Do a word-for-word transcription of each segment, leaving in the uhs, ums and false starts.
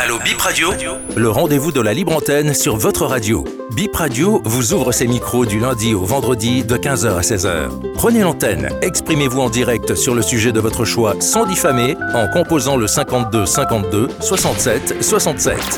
Allo Bip Radio, le rendez-vous de la libre antenne sur votre radio. Bip Radio vous ouvre ses micros du lundi au vendredi de quinze heures à seize heures. Prenez l'antenne, exprimez-vous en direct sur le sujet de votre choix sans diffamer en composant le cinquante-deux cinquante-deux soixante-sept soixante-sept.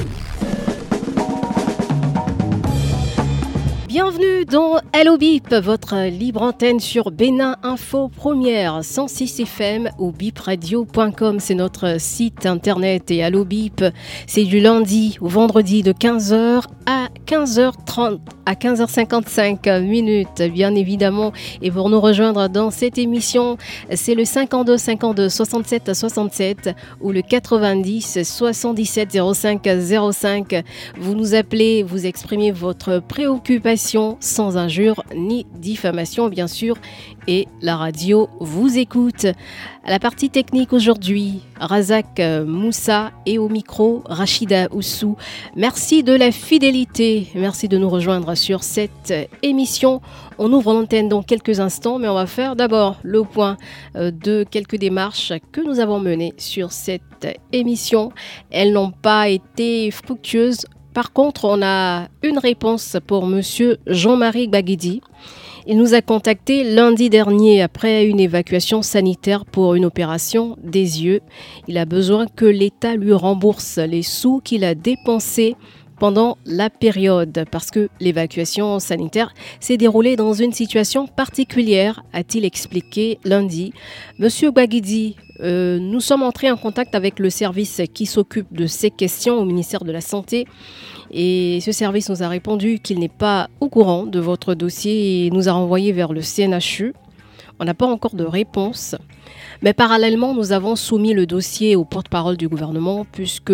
Bienvenue dans Allo Bip, votre libre antenne sur Bénin Info Première cent six F M ou bip radio point com, c'est notre site internet. Et Allo Bip, c'est du lundi au vendredi de quinze heures à quinze heures trente, à quinze heures cinquante-cinq minutes, bien évidemment. Et pour nous rejoindre dans cette émission, c'est le cinquante-deux cinquante-deux soixante-sept soixante-sept ou le quatre-vingt-dix soixante-dix-sept zéro cinq zéro cinq. Vous nous appelez, vous exprimez votre préoccupation sans injure ni diffamation, bien sûr, et la radio vous écoute. À la partie technique aujourd'hui, Razak Moussa, et au micro, Rachida Oussou. Merci de la fidélité, merci de nous rejoindre sur cette émission. On ouvre l'antenne dans quelques instants, mais on va faire d'abord le point de quelques démarches que nous avons menées sur cette émission. Elles n'ont pas été fructueuses. Par contre, on a une réponse pour monsieur Jean-Marie Gbaguidi. Il nous a contacté lundi dernier après une évacuation sanitaire pour une opération des yeux. Il a besoin que l'État lui rembourse les sous qu'il a dépensés pendant la période, parce que l'évacuation sanitaire s'est déroulée dans une situation particulière, a-t-il expliqué lundi. Monsieur Gbaguidi, euh, nous sommes entrés en contact avec le service qui s'occupe de ces questions au ministère de la Santé, et ce service nous a répondu qu'il n'est pas au courant de votre dossier et nous a renvoyé vers le C N H U. On n'a pas encore de réponse, mais parallèlement, nous avons soumis le dossier au porte-parole du gouvernement, puisque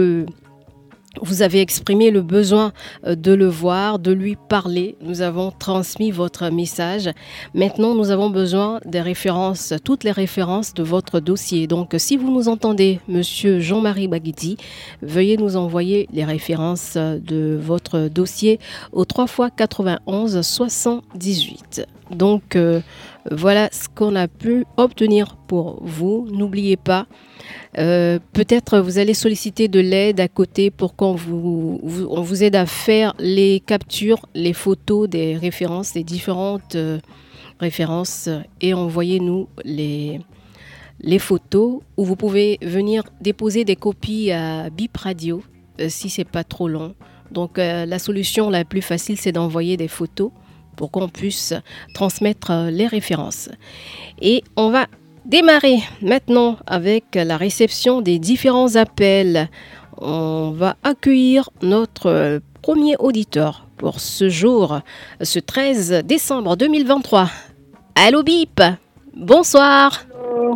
vous avez exprimé le besoin de le voir, de lui parler. Nous avons transmis votre message. Maintenant, nous avons besoin des références, toutes les références de votre dossier. Donc, si vous nous entendez, monsieur Jean-Marie Gbaguidi, veuillez nous envoyer les références de votre dossier au trois fois quatre-vingt-onze soixante-dix-huit. Donc, euh, voilà ce qu'on a pu obtenir pour vous. N'oubliez pas, euh, peut-être vous allez solliciter de l'aide à côté pour qu'on vous, vous, on vous aide à faire les captures, les photos des références, des différentes euh, références, et envoyez-nous les, les photos, ou vous pouvez venir déposer des copies à Bip Radio euh, si c'est pas trop long. Donc, euh, la solution la plus facile, c'est d'envoyer des photos pour qu'on puisse transmettre les références. Et on va démarrer maintenant avec la réception des différents appels. On va accueillir notre premier auditeur pour ce jour, ce treize décembre deux mille vingt-trois. Allo Bip, bonsoir. Allô.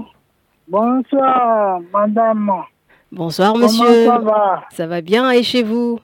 Bonsoir, madame. Bonsoir, monsieur. Comment ça va? Ça va bien, et chez vous?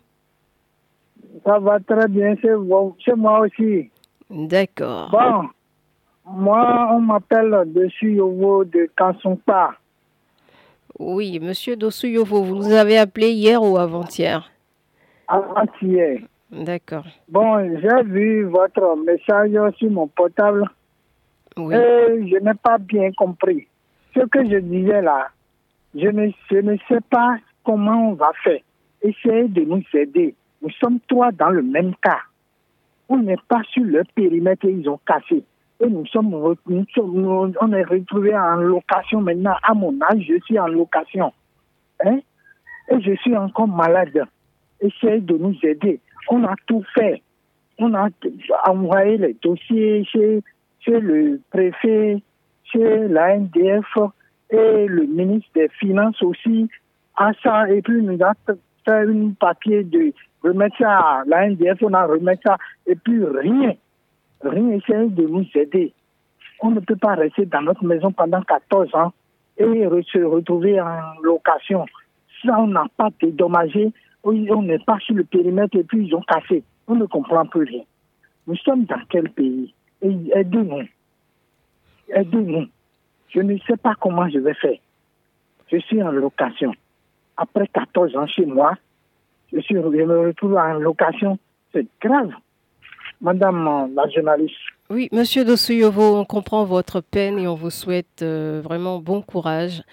Ça va très bien, c'est bon. Chez moi aussi. D'accord. Bon, moi, on m'appelle Dessus Yovo de Kansongpa. Oui, monsieur Dossou Yovo, vous nous avez appelé hier ou avant-hier? Avant-hier. D'accord. Bon, j'ai vu votre message sur mon portable. Oui. Et je n'ai pas bien compris. Ce que je disais là, je ne, je ne sais pas comment on va faire. Essayez de nous aider. Nous sommes trois dans le même cas. On n'est pas sur le périmètre et ils ont cassé. Et nous sommes, nous sommes nous, on est retrouvés en location maintenant. À mon âge, je suis en location. Hein? Et je suis encore malade. Essayez de nous aider. On a tout fait. On a envoyé les dossiers chez, chez le préfet, chez la N D F et le ministre des Finances aussi. À ça, et puis nous a fait un papier de remettre ça à la N D F, on a remis ça, et puis rien, rien essaye de nous aider. On ne peut pas rester dans notre maison pendant quatorze ans et se retrouver en location. Ça, on n'a pas dédommagé, on n'est pas sur le périmètre et puis ils ont cassé. On ne comprend plus rien. Nous sommes dans quel pays? Et aidez-nous. Aidez-nous. Je ne sais pas comment je vais faire. Je suis en location. Après quatorze ans chez moi, Je, suis, je me retrouve en location. C'est grave. Madame la journaliste. Oui, Monsieur Dosouyovo, on comprend votre peine et on vous souhaite euh, vraiment bon courage.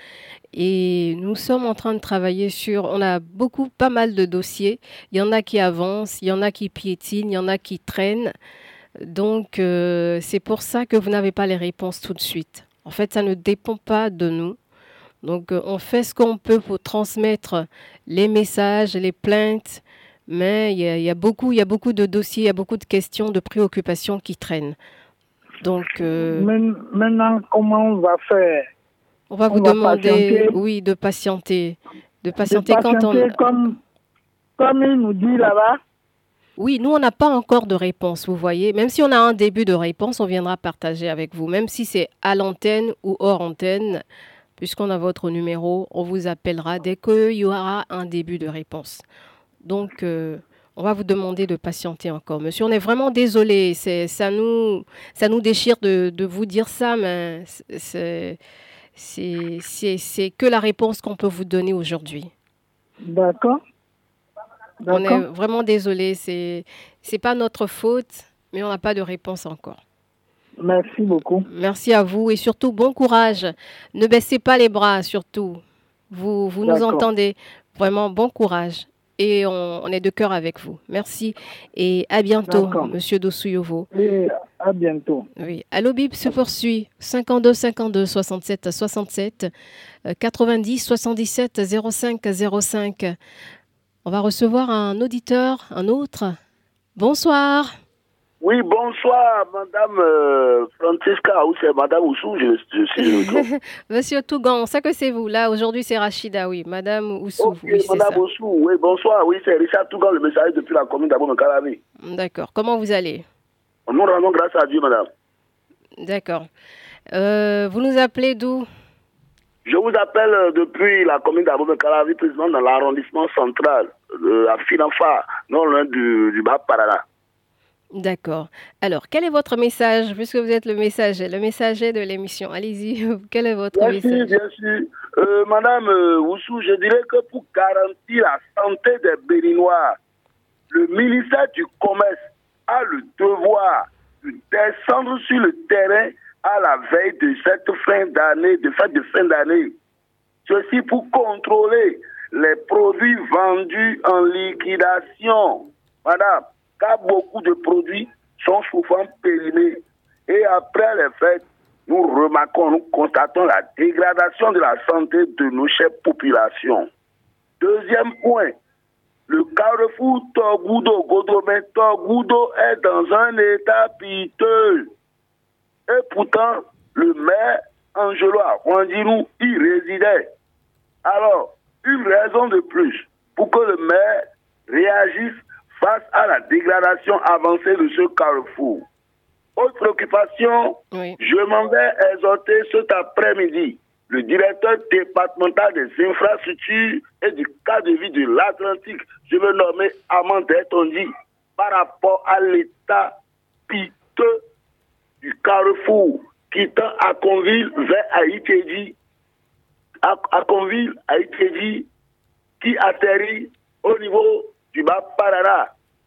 Et nous sommes en train de travailler sur, on a beaucoup, pas mal de dossiers. Il y en a qui avancent, il y en a qui piétinent, il y en a qui traînent. Donc, euh, c'est pour ça que vous n'avez pas les réponses tout de suite. En fait, ça ne dépend pas de nous. Donc, euh, on fait ce qu'on peut pour transmettre les messages, les plaintes, mais il y a, il y a beaucoup, il y a beaucoup de dossiers, il y a beaucoup de questions, de préoccupations qui traînent. Donc, euh, maintenant, comment on va faire? On va vous on demander, va patienter, oui, de patienter, de patienter, de patienter quand on. Comme, comme il nous dit là-bas. Oui, nous, on n'a pas encore de réponse, vous voyez. Même si on a un début de réponse, on viendra partager avec vous. Même si c'est à l'antenne ou hors antenne, puisqu'on a votre numéro, on vous appellera dès qu'il y aura un début de réponse. Donc, euh, on va vous demander de patienter encore. Monsieur, on est vraiment désolé. C'est, ça, nous, ça nous déchire de, de vous dire ça, mais c'est, c'est, c'est, c'est que la réponse qu'on peut vous donner aujourd'hui. D'accord. On est vraiment désolé, c'est c'est pas notre faute, mais on n'a pas de réponse encore. Merci beaucoup. Merci à vous et surtout bon courage. Ne baissez pas les bras surtout. Vous vous nous entendez, vraiment bon courage et on, on est de cœur avec vous. Merci et à bientôt, D'accord. Monsieur Dosouyovo. Oui, à bientôt. Oui, Allo Bip se poursuit cinquante-deux cinquante-deux soixante-sept soixante-sept quatre-vingt-dix soixante-dix-sept zéro cinq zéro cinq. On va recevoir un auditeur, un autre. Bonsoir. Oui, bonsoir, Madame euh, Francisca, ou c'est Madame Oussou, je, je suis Monsieur Tougan, on sait que c'est vous. Là, aujourd'hui, c'est Rachida, oui. Madame Oussou, okay, oui, c'est Madame ça. Oussou, oui, bonsoir. Oui, c'est Richard Tougan, le messager depuis la commune d'Abomey-Calavi. D'accord. Comment vous allez? Nous rendons grâce à Dieu, Madame. D'accord. Euh, vous nous appelez d'où? Je vous appelle depuis la commune d'Abomey-Calavi, précisément dans l'arrondissement central, de la Finafa, non loin du, du Bas-Parana. D'accord. Alors, quel est votre message, puisque vous êtes le messager, le messager de l'émission? Allez-y, quel est votre bien message? Sûr, bien sûr. Euh, Madame euh, Oussou, je dirais que pour garantir la santé des Béninois, le ministère du Commerce a le devoir de descendre sur le terrain à la veille de cette fin d'année, de fête de fin d'année. Ceci pour contrôler les produits vendus en liquidation. Madame, car beaucoup de produits sont souvent périmés. Et après les fêtes, nous remarquons, nous constatons la dégradation de la santé de nos chères populations. Deuxième point, le carrefour Togudo, Godomé Togudo est dans un état piteux. Et pourtant, le maire Angelo Arwandinou y résidait. Alors, une raison de plus pour que le maire réagisse face à la dégradation avancée de ce carrefour. Autre préoccupation, oui. Je m'en vais exhorter cet après-midi le directeur départemental des infrastructures et du cadre de vie de l'Atlantique, je veux nommer Amandé Tondi, par rapport à l'état piteux du carrefour quittant Akonville vers Haïti, Akonville, Haïti, qui atterrit au niveau du Bas-Parana.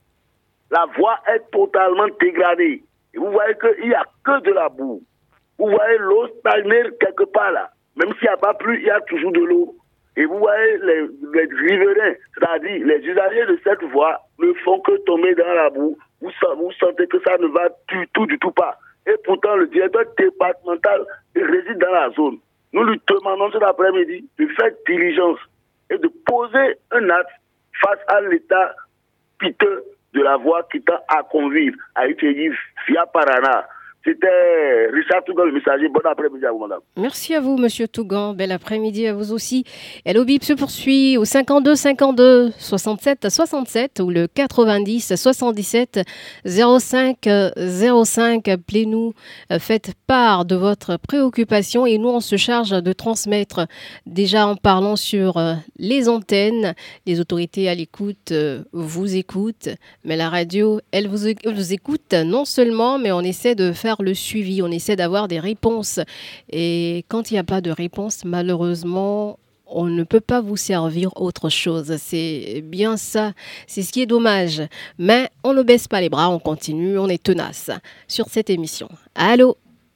La voie est totalement dégradée. Et vous voyez qu'il n'y a que de la boue. Vous voyez l'eau stagner quelque part là. Même s'il n'y a pas plu, il y a toujours de l'eau. Et vous voyez les, les riverains, c'est-à-dire les usagers de cette voie, ne font que tomber dans la boue. Vous, vous sentez que ça ne va du tout, du tout pas. Et pourtant, le directeur départemental réside dans la zone. Nous lui demandons cet après-midi de faire diligence et de poser un acte face à l'état piteux de la voie quittant Akonville, à Haïti, via Parana. C'était Richard Tougan, le messager. Bon après-midi à vous, madame. Merci à vous, monsieur Tougan. Bel après-midi à vous aussi. Hello Bip se poursuit au cinquante-deux cinquante-deux soixante-sept soixante-sept ou le quatre-vingt-dix soixante-dix-sept zéro cinq zéro cinq. Appelez-nous, faites part de votre préoccupation et nous, on se charge de transmettre. Déjà en parlant sur les antennes, les autorités à l'écoute vous écoutent, mais la radio, elle vous, elle vous écoute non seulement, mais on essaie de faire le suivi, on essaie d'avoir des réponses. Et quand il n'y a pas de réponse, malheureusement, on ne peut pas vous servir autre chose. C'est bien ça, c'est ce qui est dommage. Mais on ne baisse pas les bras, on continue, on est tenace sur cette émission. Allô?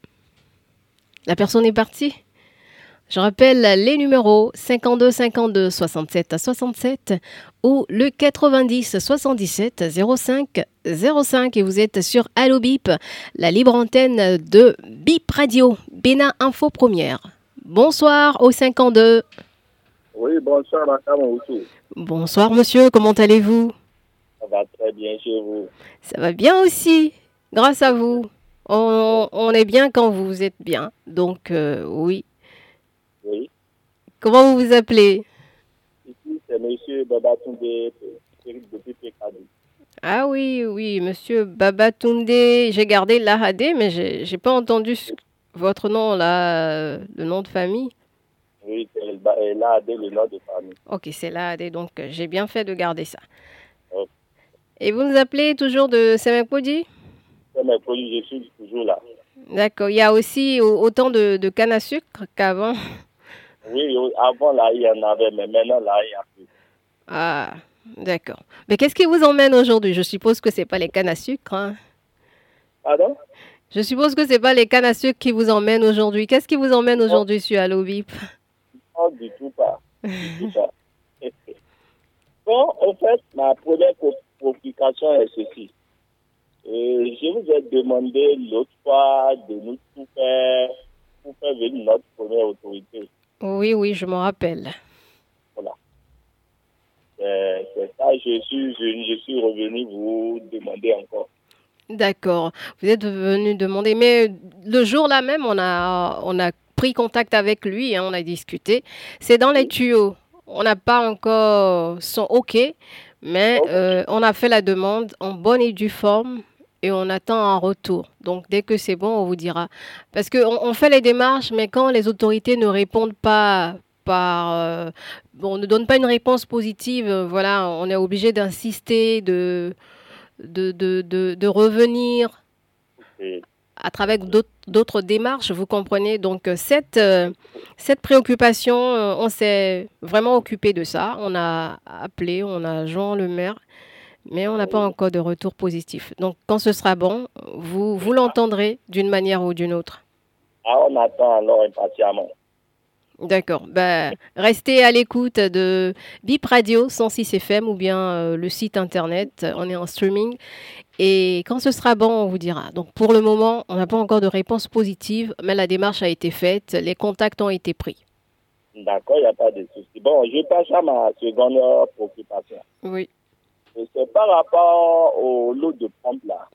La personne est partie? Je rappelle les numéros cinquante-deux cinquante-deux soixante-sept soixante-sept ou le quatre-vingt-dix soixante-dix-sept zéro cinq zéro cinq et vous êtes sur Allo Bip, la libre antenne de Bip Radio, Bénin Info Première. Bonsoir au cinquante-deux. Oui, bonsoir madame Oussou. Bonsoir monsieur, comment allez-vous? Ça va très bien chez vous. Ça va bien aussi, grâce à vous. On, on est bien quand vous êtes bien, donc euh, oui. Oui. Comment vous vous appelez? Ici, c'est monsieur Babatunde depuis Pékadou. Ah oui, oui, monsieur Babatunde. J'ai gardé l'Ahadé, mais j'ai, j'ai pas entendu ce- votre nom, là, euh, le nom de famille. Oui, c'est l'Ahadé, le nom de famille. Ok, c'est l'Ahadé, donc euh, j'ai bien fait de garder ça. Ok. Et vous nous appelez toujours de Semekodi? C'est mes produits, je suis toujours là. D'accord, il y a aussi au- autant de, de canne à sucre qu'avant. Oui, avant là, il y en avait, mais maintenant là, il n'y a plus. Ah, d'accord. Mais qu'est-ce qui vous emmène aujourd'hui? Je suppose que c'est pas les cannes à sucre, hein. Pardon? Je suppose que c'est pas les cannes à sucre qui vous emmènent aujourd'hui. Qu'est-ce qui vous emmène aujourd'hui sur Allo Bip? Non, du tout pas. Du tout pas. Bon, en fait, ma première complication est ceci. Euh, je vous ai demandé l'autre fois de nous tout faire pour faire venir notre première autorité. Oui, oui, je m'en rappelle. Voilà. C'est c'est ça, je suis, je, je suis revenu vous demander encore. D'accord. Vous êtes venu demander, mais le jour-là même, on a, on a pris contact avec lui, hein, on a discuté. C'est dans les tuyaux. On n'a pas encore son OK, mais Ok. euh, on a fait la demande en bonne et due forme et on attend un retour. Donc, dès que c'est bon, on vous dira. Parce qu'on on fait les démarches, mais quand les autorités ne répondent pas par... euh, bon, on ne donne pas une réponse positive, euh, voilà, on est obligé d'insister, de, de, de, de, de revenir Et à travers d'autres d'autres démarches, vous comprenez. Donc, euh, cette, euh, cette préoccupation, euh, on s'est vraiment occupé de ça. On a appelé, on a joint le maire, mais on n'a pas encore de retour positif. Donc, quand ce sera bon, vous, vous l'entendrez d'une manière ou d'une autre. ah, on attend alors impatiemment. D'accord. Ben, restez à l'écoute de Bip Radio cent six F M ou bien euh, le site internet. On est en streaming. Et quand ce sera bon, on vous dira. Donc, pour le moment, on n'a pas encore de réponse positive, mais la démarche a été faite, les contacts ont été pris. D'accord, il n'y a pas de souci. Bon, je passe à ma seconde préoccupation. Oui. Et c'est par rapport au lot de pompes là.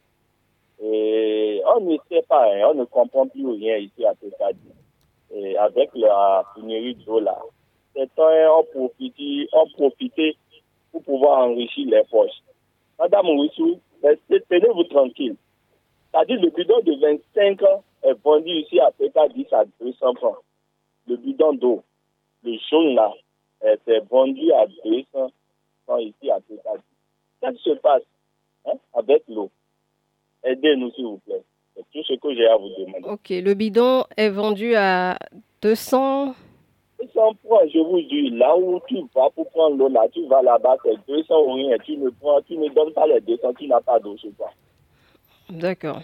Et on ne sait pas, hein, on ne comprend plus rien ici à Pékadi. Et avec la pénurie d'eau là, certains ont profité, ont profité pour pouvoir enrichir les poches. Madame Ouissou, tenez-vous tranquille. C'est-à-dire le bidon de vingt-cinq ans est vendu ici à Pékadi à deux cents francs. Le bidon d'eau, le jaune là, est vendu à deux cents francs ici à Pékadi. Qu'est-ce qui se passe hein, avec l'eau? Aidez-nous s'il vous plaît. C'est tout ce que j'ai à vous demander. Ok, le bidon est vendu à deux cents. deux cents francs, je vous dis, là où tu vas pour prendre l'eau, là, tu vas là-bas, c'est deux cents ou rien. Tu ne prends, tu ne donnes pas les deux cents, tu n'as pas d'eau chez toi. D'accord.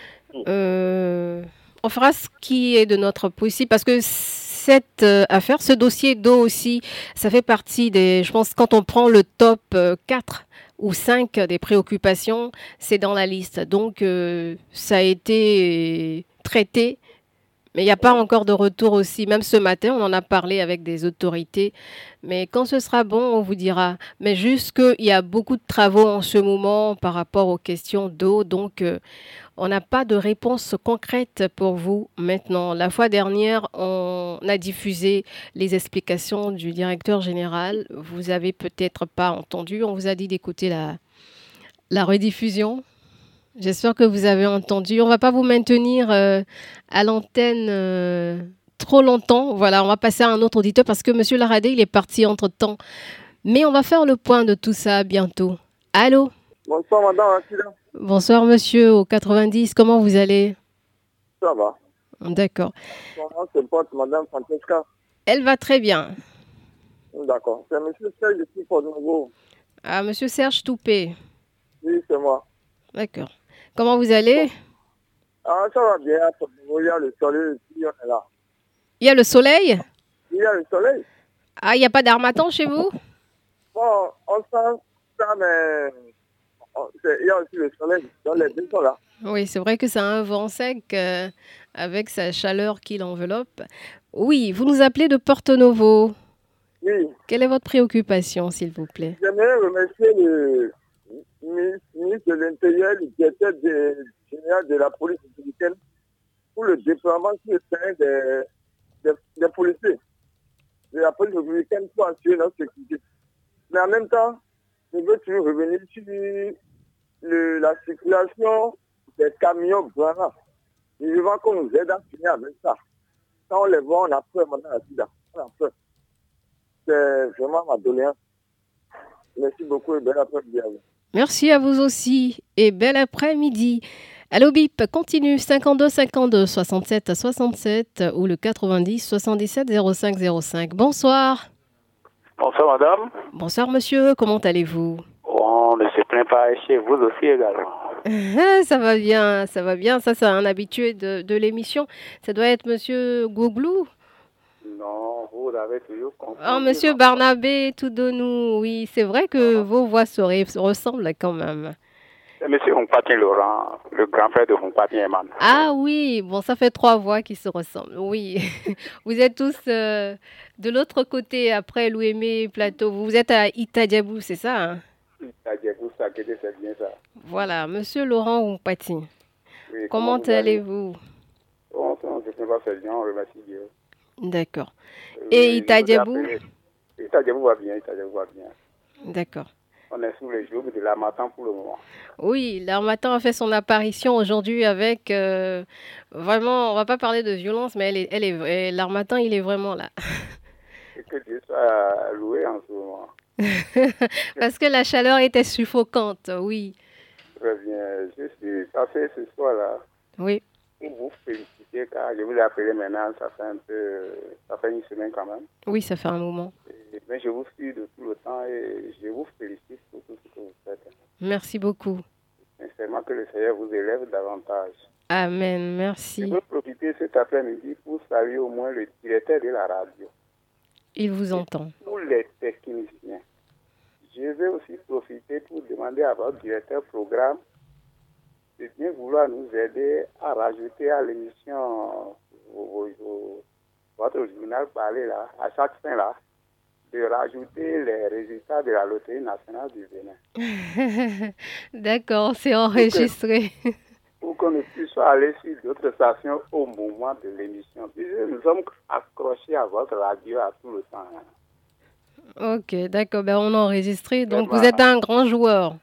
Euh, on fera ce qui est de notre possible parce que cette euh, affaire, ce dossier d'eau aussi, ça fait partie des, je pense, quand on prend le top euh, quatre ou cinq des préoccupations, c'est dans la liste. Donc, euh, ça a été traité, mais il n'y a pas encore de retour aussi. Même ce matin, on en a parlé avec des autorités. Mais quand ce sera bon, on vous dira. Mais juste qu'il y a beaucoup de travaux en ce moment par rapport aux questions d'eau. Donc, euh, on n'a pas de réponse concrète pour vous maintenant. La fois dernière, on a diffusé les explications du directeur général. Vous avez peut-être pas entendu. On vous a dit d'écouter la, la rediffusion. J'espère que vous avez entendu. On ne va pas vous maintenir euh, à l'antenne euh, trop longtemps. Voilà, on va passer à un autre auditeur parce que M. Laradé, il est parti entre-temps. Mais on va faire le point de tout ça bientôt. Allô? Bonsoir, madame. Accident. Bonsoir, monsieur, au quatre-vingt-dix. Comment vous allez? Ça va. D'accord. Comment se porte madame Francesca? Elle va très bien. d'accord. C'est M. Serge depuis Port-Nouveau. Ah, Monsieur Serge Toupé. Oui, c'est moi. D'accord. Comment vous allez? Ah, ça va bien. À Port-Nouveau, il y a le soleil, puis on est là. Il y a le soleil? Il y a le soleil. Ah, il n'y a pas d'harmattan chez vous? Bon, on sent ça, mais on- c'est- il y a aussi le soleil. Donc, les deux sont là. Oui, c'est vrai que c'est un vent sec euh, avec sa chaleur qui l'enveloppe. Oui, vous nous appelez de Porto Novo. Oui, Quelle est votre préoccupation, s'il vous plaît? j'aimerais remercier le ministre ministre de l'Intérieur, le directeur de- général de la police républicaine pour le déploiement sur le terrain des, des, des policiers de la police républicaine pour assurer notre sécurité. Mais en même temps, je veux toujours revenir sur le, la circulation des camions grands. Il faut qu'on nous aide à finir avec ça. Quand on les voit, on a peur maintenant à l'accident. On a peur. C'est vraiment ma doléance. Merci beaucoup et bel après-midi à vous. Merci à vous aussi et bel après-midi. Allo Bip continue cinquante-deux cinquante-deux soixante-sept soixante-sept ou le quatre-vingt-dix soixante-dix-sept zéro cinq zéro cinq. Bonsoir. Bonsoir madame. Bonsoir monsieur, comment allez-vous? On ne se plaint pas chez vous aussi également. Ça va bien, ça va bien. Ça, c'est un habitué de, de l'émission. Ça doit être monsieur Gouglou. Non, vous avez toujours compris. Oh, monsieur Barnabé Toudonou, oui, c'est vrai que ah. vos voix se, re- se ressemblent quand même. C'est monsieur Honkpatin Laurent, le grand frère de Honkpatin Eman. Ah oui, bon, ça fait trois voix qui se ressemblent, oui. Vous êtes tous euh, de l'autre côté, après l'Ouémé Plateau. Vous êtes à Itadiabou, c'est ça hein? Itadiabou, ça, c'est bien ça. Voilà, monsieur Laurent Honkpatin. Oui, comment, comment allez-vous? Bon, on ne peut pas faire bien, on remercie Dieu. D'accord. Et Itadiabou? Itadiabou va bien, Itadiabou va bien. D'accord. On est sous les jours de l'Harmattan pour le moment. Oui, l'Harmattan a fait son apparition aujourd'hui avec... Euh, vraiment, on ne va pas parler de violence, mais elle est, elle est, l'Harmattan, il est vraiment là. Et que Dieu soit loué en ce moment. Parce que la chaleur était suffocante, oui. Très bien. Je suis passé ce soir-là. Oui. Pour vous féliciter, car je vous ai appelé maintenant, ça fait un peu... Ça fait une semaine quand même. Oui, ça fait un moment. Et, mais je vous suis de tout le temps et je vous félicite pour tout ce que vous faites. Merci beaucoup. Sincèrement que le Seigneur vous élève davantage. Amen, merci. Je veux profiter cet après-midi pour saluer au moins le directeur de la radio. Il vous entend. Tous les techniciens. Je vais aussi profiter pour demander à votre directeur programme de bien vouloir nous aider à rajouter à l'émission votre journal parlé là, à chaque fin là, de rajouter les résultats de la loterie nationale du Bénin. D'accord, c'est enregistré. Pour qu'on ne puisse pas aller sur d'autres stations au moment de l'émission. Puisque nous sommes accrochés à votre radio à tout le temps. Hein. Ok, d'accord, ben on a enregistré. Donc vous êtes un grand joueur.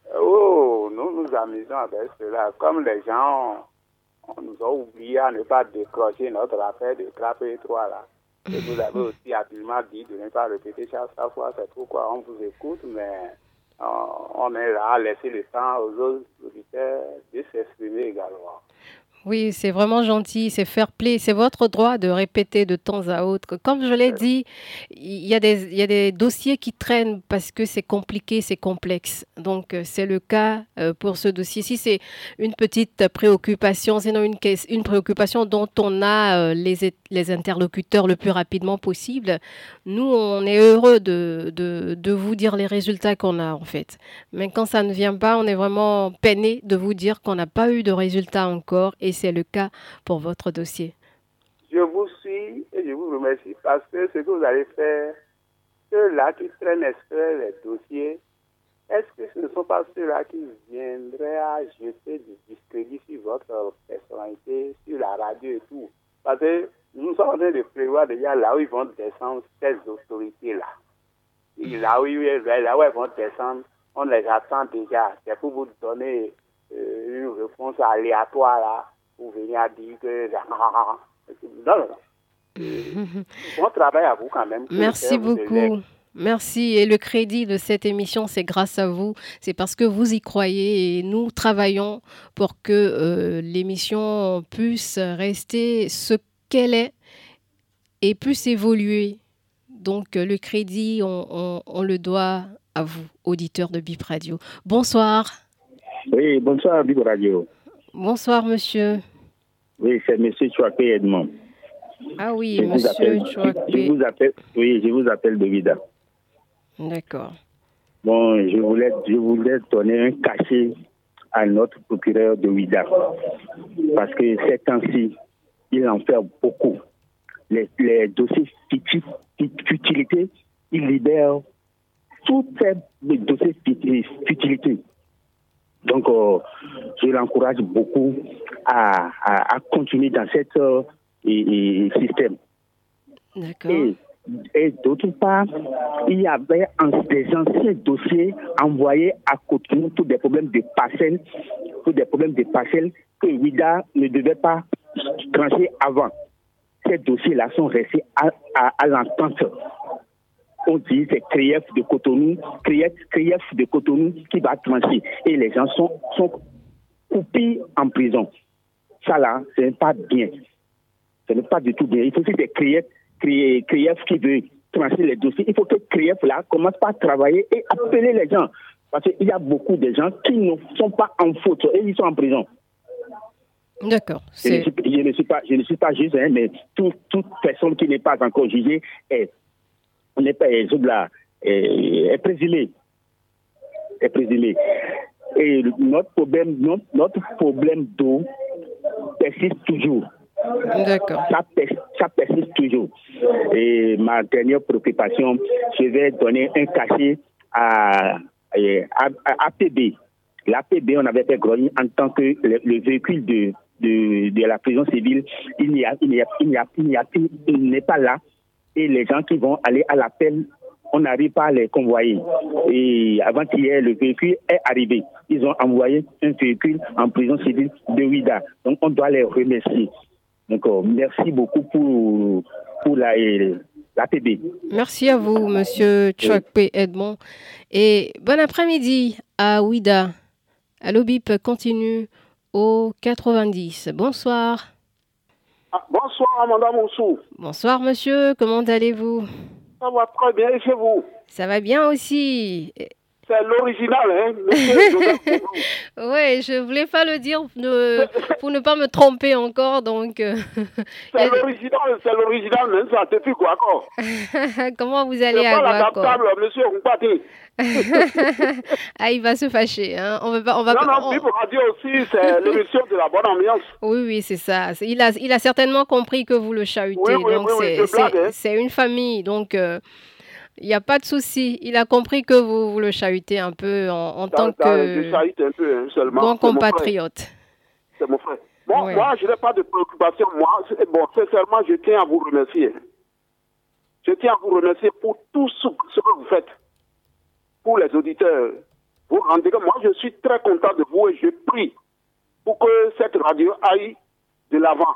Oh, nous nous amusons avec cela. Comme les gens, on nous a oublié à ne pas décrocher notre affaire de Clap et trois là. Et vous avez aussi habilement dit de ne pas répéter chaque fois, c'est pourquoi on vous écoute, mais euh, on est là à laisser le temps aux autres auditeurs de s'exprimer également. Oui, c'est vraiment gentil, c'est fair play, c'est votre droit de répéter de temps à autre. Comme je l'ai dit, il y a des, il y a des dossiers qui traînent parce que c'est compliqué, c'est complexe. Donc, c'est le cas pour ce dossier-ci. C'est une petite préoccupation, sinon une, une préoccupation dont on a les, les interlocuteurs le plus rapidement possible. Nous, on est heureux de, de, de vous dire les résultats qu'on a, en fait. Mais quand ça ne vient pas, on est vraiment peiné de vous dire qu'on n'a pas eu de résultats encore. Et c'est le cas pour votre dossier. Je vous suis et je vous remercie parce que ce que vous allez faire, ceux-là qui traînent exprès les dossiers, est-ce que ce ne sont pas ceux-là qui viendraient à jeter du discrédit sur votre personnalité, sur la radio et tout? Parce que nous sommes en train de prévoir déjà là où ils vont descendre ces autorités-là. Et là où, là où ils vont descendre, on les attend déjà. C'est pour vous donner euh, une réponse aléatoire là. Vous venez à dire que... Non, non, non. Bon travail à vous quand même. Merci beaucoup. Merci. Et le crédit de cette émission, c'est grâce à vous. C'est parce que vous y croyez et nous travaillons pour que euh, l'émission puisse rester ce qu'elle est et puisse évoluer Donc, le crédit, on, on, on le doit à vous, auditeurs de Bip Radio. Bonsoir. Oui, bonsoir, Bip Radio. Bonsoir, monsieur. Oui, c'est monsieur Chouaké Edmond. Ah oui, je monsieur Chouaké. Je vous appelle, oui, je vous appelle de Vida. D'accord. Bon, je voulais, je voulais donner un cachet à notre procureur de Ouida. Parce que ces temps-ci, il en fait beaucoup. Les, les dossiers futilités, il libère tous ces dossiers futilités. Donc, euh, je l'encourage beaucoup à, à, à continuer dans cet euh, et, et système. D'accord. Et, et d'autre part, il y avait des anciens dossiers envoyés à Cotonou pour des problèmes de parcelles, pour des problèmes de parcelles que Ouida ne devait pas trancher avant. Ces dossiers-là sont restés à, à, à l'entente. On dit c'est C R I E F de Cotonou, C R I E F de Cotonou qui va trancher. Et les gens sont, sont coupés en prison. Ça là, ce n'est pas bien. Ce n'est pas du tout bien. Il faut que c'est C R I E F, C R I E F qui veut trancher les dossiers. Il faut que C R I E F là commence par travailler et appeler les gens. Parce qu'il y a beaucoup de gens qui ne sont pas en faute et ils sont en prison. D'accord. Je ne, suis, je ne suis pas, je ne suis pas juge, hein, mais tout, toute personne qui n'est pas encore jugée est, n'est pas est, est, est présumée. Est présumée. Et notre problème, notre, notre problème d'eau persiste toujours. D'accord. Ça, ça persiste toujours. Et ma dernière préoccupation, je vais donner un cachet à, à, à A P B. L'A P B, on avait fait grogner en tant que le, le véhicule de, de, de la prison civile. Il n'y a, il n'y a, il n'y a, il n'y a, il n'est pas là. Et les gens qui vont aller à l'appel, on n'arrive pas à les convoyer. Et avant-hier, le véhicule est arrivé. Ils ont envoyé un véhicule en prison civile de Ouida. Donc, on doit les remercier. Donc, euh, merci beaucoup pour, pour la, l'A P B. Merci à vous, monsieur Chouaké Edmond. Et bon après-midi à Ouida. Allo Bip continue au quatre-vingt-dix. Bonsoir. Ah, bonsoir, madame Oussou. Bonsoir, monsieur. Comment allez-vous? Ça va très bien, et chez vous? Ça va bien aussi. C'est l'original, hein, monsieur. Oui, je voulais pas le dire ne, pour ne pas me tromper encore, donc... Euh, c'est l'original, c'est l'original, même ça, depuis Guaco. Comment vous allez à Guaco? C'est pas l'adaptable, monsieur Mpati. Ah, il va se fâcher, hein. On va pas, on va non, pas, non, Bip Radio aussi, c'est l'émission de la bonne ambiance. Oui, oui, c'est ça. C'est, il, a, il a certainement compris que vous le chahutez, oui, oui, donc oui, c'est, oui, c'est, blague, hein. c'est une famille, donc... Euh, il n'y a pas de souci. Il a compris que vous, vous le chahutez un peu en, en dans, tant dans, que je chahute un peu, hein, seulement. bon compatriote. C'est mon frère. Bon, oui. Moi, je n'ai pas de préoccupation. Moi, c'est, bon, sincèrement, je tiens à vous remercier. Je tiens à vous remercier pour tout ce, ce que vous faites. Pour les auditeurs. Vous rendez que moi, je suis très content de vous et je prie pour que cette radio aille de l'avant.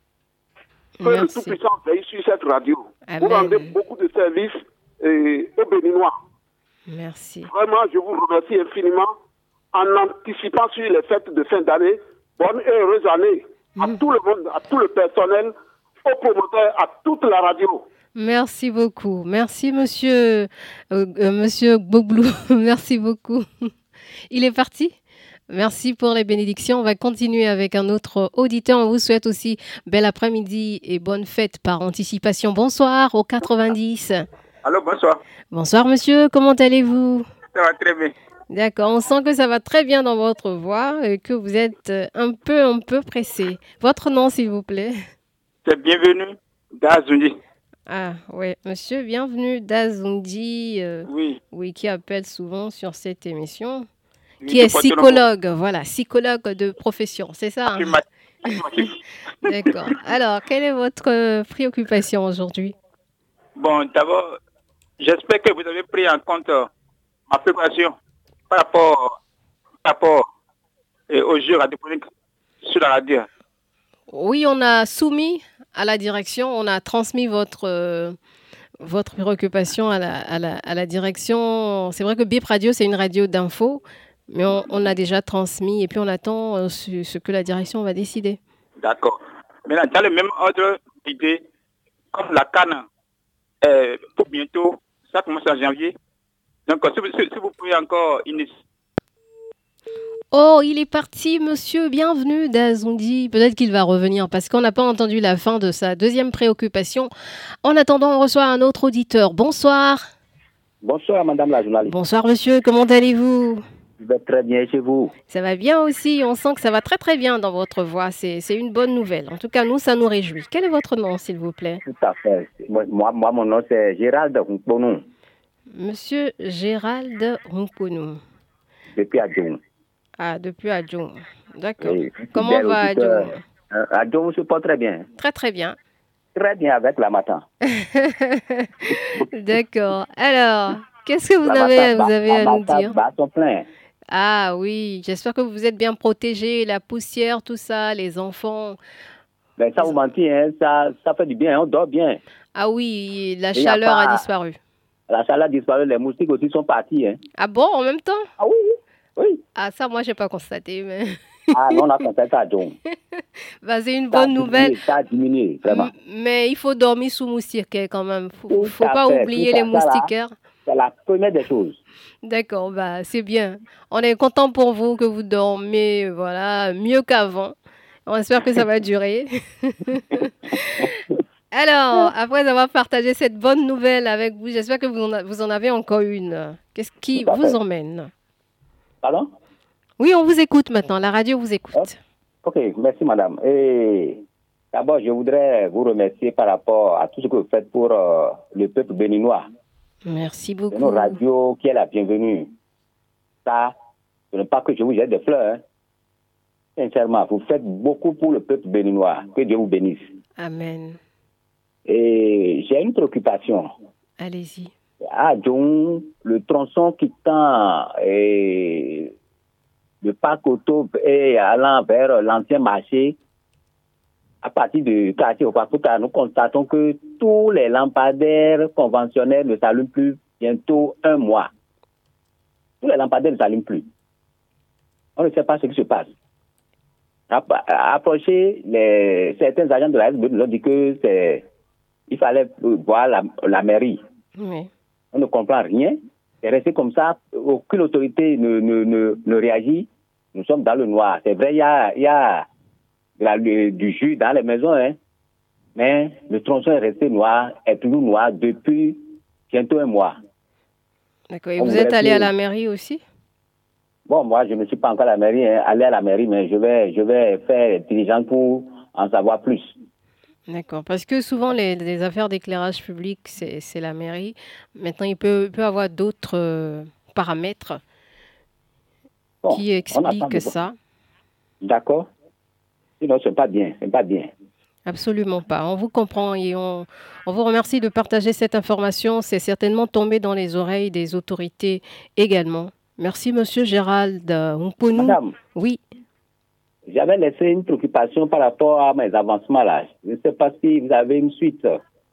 Que Merci. le Tout-Puissant veille sur cette radio. Amen. Vous rendez beaucoup de services et aux Béninois. Merci. Vraiment, je vous remercie infiniment en anticipant sur les fêtes de fin d'année. Bonne et heureuse année à mmh. tout le monde, à tout le personnel, aux promoteurs, à toute la radio. Merci beaucoup. Merci, monsieur, euh, euh, monsieur Boglou. Merci beaucoup. Il est parti? Merci pour les bénédictions. On va continuer avec un autre auditeur. On vous souhaite aussi bel après-midi et bonne fête par anticipation. Bonsoir au quatre-vingt-dix. Allô, bonsoir. Bonsoir, monsieur. Comment allez-vous? Ça va très bien. D'accord. On sent que ça va très bien dans votre voix et que vous êtes un peu, un peu pressé. Votre nom, s'il vous plaît? C'est bienvenue, Dazundi. Ah, oui. Monsieur, bienvenue, Dazundi. Euh, oui. Oui, qui appelle souvent sur cette émission. Oui, qui est psychologue, voilà, psychologue de profession, c'est ça, hein? D'accord. Alors, quelle est votre préoccupation aujourd'hui? Bon, d'abord, j'espère que vous avez pris en compte euh, ma préoccupation par rapport, par rapport euh, aux jeux radiophoniques sur la radio. Oui, on a soumis à la direction, on a transmis votre, euh, votre préoccupation à la, à, la, à la direction. C'est vrai que Bip Radio, c'est une radio d'info, mais on, on a déjà transmis et puis on attend euh, ce, ce que la direction va décider. D'accord. Maintenant, dans le même ordre d'idée, comme la canne euh, pour bientôt. Ça commence en janvier. Donc, si vous, si, si vous pouvez encore initier. Oh, il est parti, monsieur. Bienvenue, Dazundi. Peut-être qu'il va revenir parce qu'on n'a pas entendu la fin de sa deuxième préoccupation. En attendant, on reçoit un autre auditeur. Bonsoir. Bonsoir, madame la journaliste. Bonsoir, monsieur. Comment allez-vous? Je vais très bien chez vous. Ça va bien aussi. On sent que ça va très, très bien dans votre voix. C'est, c'est une bonne nouvelle. En tout cas, nous, ça nous réjouit. Quel est votre nom, s'il vous plaît? Tout à fait. Moi, moi mon nom, c'est Gérald Runkponou. Monsieur Gérald Runkponou. Depuis Adjoum. Ah, depuis Adjoum. D'accord. Oui, Comment va Adjoum? euh, Adjoum se porte très bien. Très, très bien. Très bien avec la matin. D'accord. Alors, qu'est-ce que vous la avez, matin, vous avez à nous dire? Bah, sont pleins. Ah oui, j'espère que vous êtes bien protégés, la poussière, tout ça, les enfants. Ben, ça vous mentit, hein, ça, ça fait du bien, on dort bien. Ah oui, la Et chaleur a, pas... a disparu. La chaleur a disparu, les moustiques aussi sont partis. Hein. Ah bon, en même temps? Ah oui, oui. Ah ça, moi, je n'ai pas constaté, mais... Ah non, on a constaté à Djong. Bah, c'est une bonne nouvelle. Ça a diminué, vraiment. M- mais il faut dormir sous moustiquaire quand même. Il ne faut pas fait, oublier les moustiquaires. C'est la première des choses. D'accord, bah, c'est bien. On est content pour vous que vous dormez voilà, mieux qu'avant. On espère que ça va durer. Alors, après avoir partagé cette bonne nouvelle avec vous, j'espère que vous en, a, vous en avez encore une. Qu'est-ce qui vous emmène? Pardon? Oui, on vous écoute maintenant. La radio vous écoute. Ok, merci madame. Et d'abord, je voudrais vous remercier par rapport à tout ce que vous faites pour euh, le peuple béninois. Merci beaucoup. C'est notre radio qui est la bienvenue. Ça, ce n'est pas que je vous jette des fleurs. Hein. Sincèrement, vous faites beaucoup pour le peuple béninois. Que Dieu vous bénisse. Amen. Et j'ai une préoccupation. Allez-y. À Djong, le tronçon quittant et le parc auto et allant vers l'ancien marché, à partir du quartier au Pakuta, nous constatons que tous les lampadaires conventionnels ne s'allument plus bientôt un mois. Tous les lampadaires ne s'allument plus. On ne sait pas ce qui se passe. Approcher les, certains agents de la S B nous ont dit que c'est, il fallait voir la, la mairie. Oui. On ne comprend rien. C'est resté comme ça. Aucune autorité ne, ne, ne, ne réagit. Nous sommes dans le noir. C'est vrai, il y a, il y a la, le, du jus dans les maisons, hein. Mais le tronçon est resté noir, est toujours noir depuis bientôt un mois. D'accord. Et On vous êtes allé plus... à la mairie aussi? Bon, moi, je ne suis pas encore à la mairie, hein, aller à la mairie, mais je vais, je vais faire diligence pour en savoir plus. D'accord, parce que souvent, les, les affaires d'éclairage public, c'est, c'est la mairie. Maintenant, il peut, il peut y avoir d'autres euh, paramètres bon, qui expliquent ça. D'accord. Sinon, ce n'est pas bien, ce n'est pas bien. Absolument pas. On vous comprend et on, on vous remercie de partager cette information. C'est certainement tombé dans les oreilles des autorités également. Merci, monsieur Gérald Runkponou. Madame. Oui. J'avais laissé une préoccupation par rapport à mes avancements là. Je ne sais pas si vous avez une suite.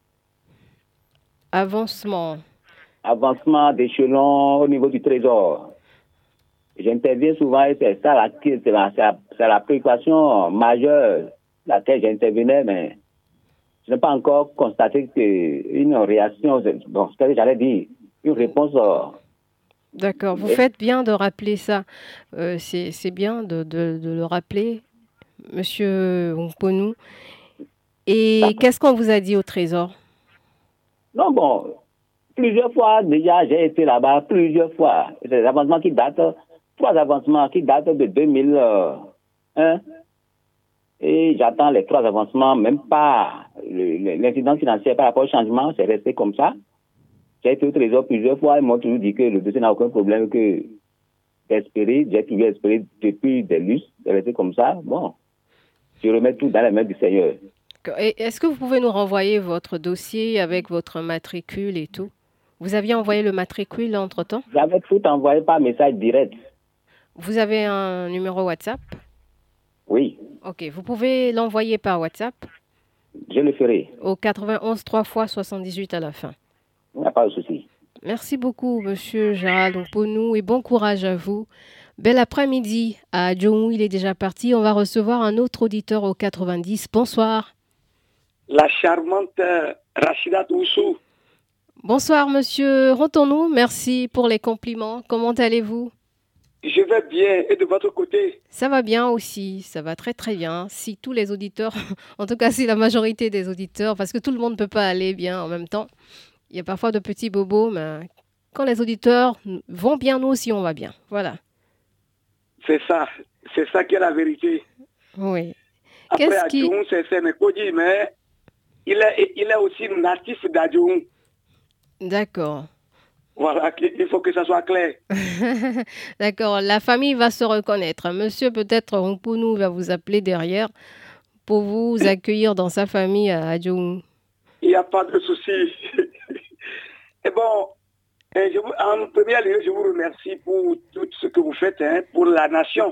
Avancement. Avancement d'échelon au niveau du trésor. J'interviens souvent et c'est ça la, c'est la, c'est la, c'est la préoccupation majeure laquelle j'intervenais, mais je n'ai pas encore constaté qu'une réaction, bon, ce que j'allais dire, une réponse. D'accord, vous faites bien de rappeler ça. Euh, c'est, c'est bien de, de, de le rappeler, monsieur Runkponou. Et D'accord. Qu'est-ce qu'on vous a dit au Trésor? Non, bon, plusieurs fois déjà, j'ai été là-bas, plusieurs fois. C'est des avancements qui datent, trois avancements qui datent de deux mille un. Et j'attends les trois avancements, même pas le, l'incident financier par rapport au changement, c'est resté comme ça. J'ai été au Trésor plusieurs fois, ils m'ont toujours dit que le dossier n'a aucun problème, que espérer, j'ai toujours espéré depuis des lustres, c'est resté comme ça. Bon, je remets tout dans les mains du Seigneur. Et est-ce que vous pouvez nous renvoyer votre dossier avec votre matricule et tout? Vous aviez envoyé le matricule entre-temps? J'avais tout envoyé par message direct. Vous avez un numéro WhatsApp? Oui. Ok, vous pouvez l'envoyer par WhatsApp? Je le ferai. Au quatre-vingt-onze trois fois soixante-dix-huit à la fin. Il n'y a pas de souci. Merci beaucoup, monsieur Gérald Runkponou, et bon courage à vous. Bel après-midi à Djong, il est déjà parti. On va recevoir un autre auditeur au quatre-vingt-dix. Bonsoir. La charmante Rachida Oussou. Bonsoir, monsieur Rotonou. Merci pour les compliments. Comment allez-vous? Je vais bien. Et de votre côté? Ça va bien aussi. Ça va très, très bien. Si tous les auditeurs, en tout cas, si la majorité des auditeurs, parce que tout le monde ne peut pas aller bien en même temps. Il y a parfois de petits bobos, mais quand les auditeurs vont bien, nous aussi, on va bien. Voilà. C'est ça. C'est ça qui est la vérité. Oui. Après, Qu'est-ce qui... Adjoun, c'est Sémékodi, mais il est, il est aussi un artiste d'Adjoun. D'accord. Voilà, il faut que ça soit clair. D'accord, la famille va se reconnaître. Monsieur, peut-être Ronpounou va vous appeler derrière pour vous accueillir dans sa famille à Adjoun. Il n'y a pas de souci. Et bon, je vous, en premier lieu, je vous remercie pour tout ce que vous faites hein, pour la nation.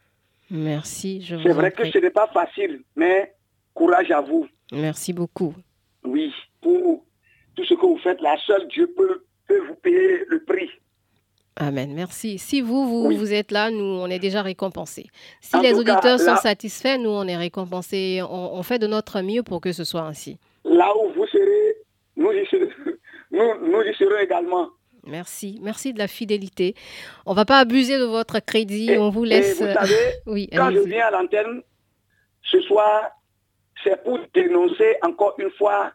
Merci, je vous C'est vrai prie. que ce n'est pas facile, mais courage à vous. Merci beaucoup. Oui, pour tout ce que vous faites, la seule Dieu peut, peut vous payer le prix. Amen, merci. Si vous, vous, Oui. vous êtes là, nous, on est déjà récompensés. Si En les tout cas, auditeurs sont là- satisfaits, nous, on est récompensés. On, on fait de notre mieux pour que ce soit ainsi. Là où vous serez, nous y serons, nous, nous y serons également. Merci, merci de la fidélité. On ne va pas abuser de votre crédit, Et- on vous et laisse... vous savez, oui, quand je allez-y. viens à l'antenne, ce soir, c'est pour dénoncer encore une fois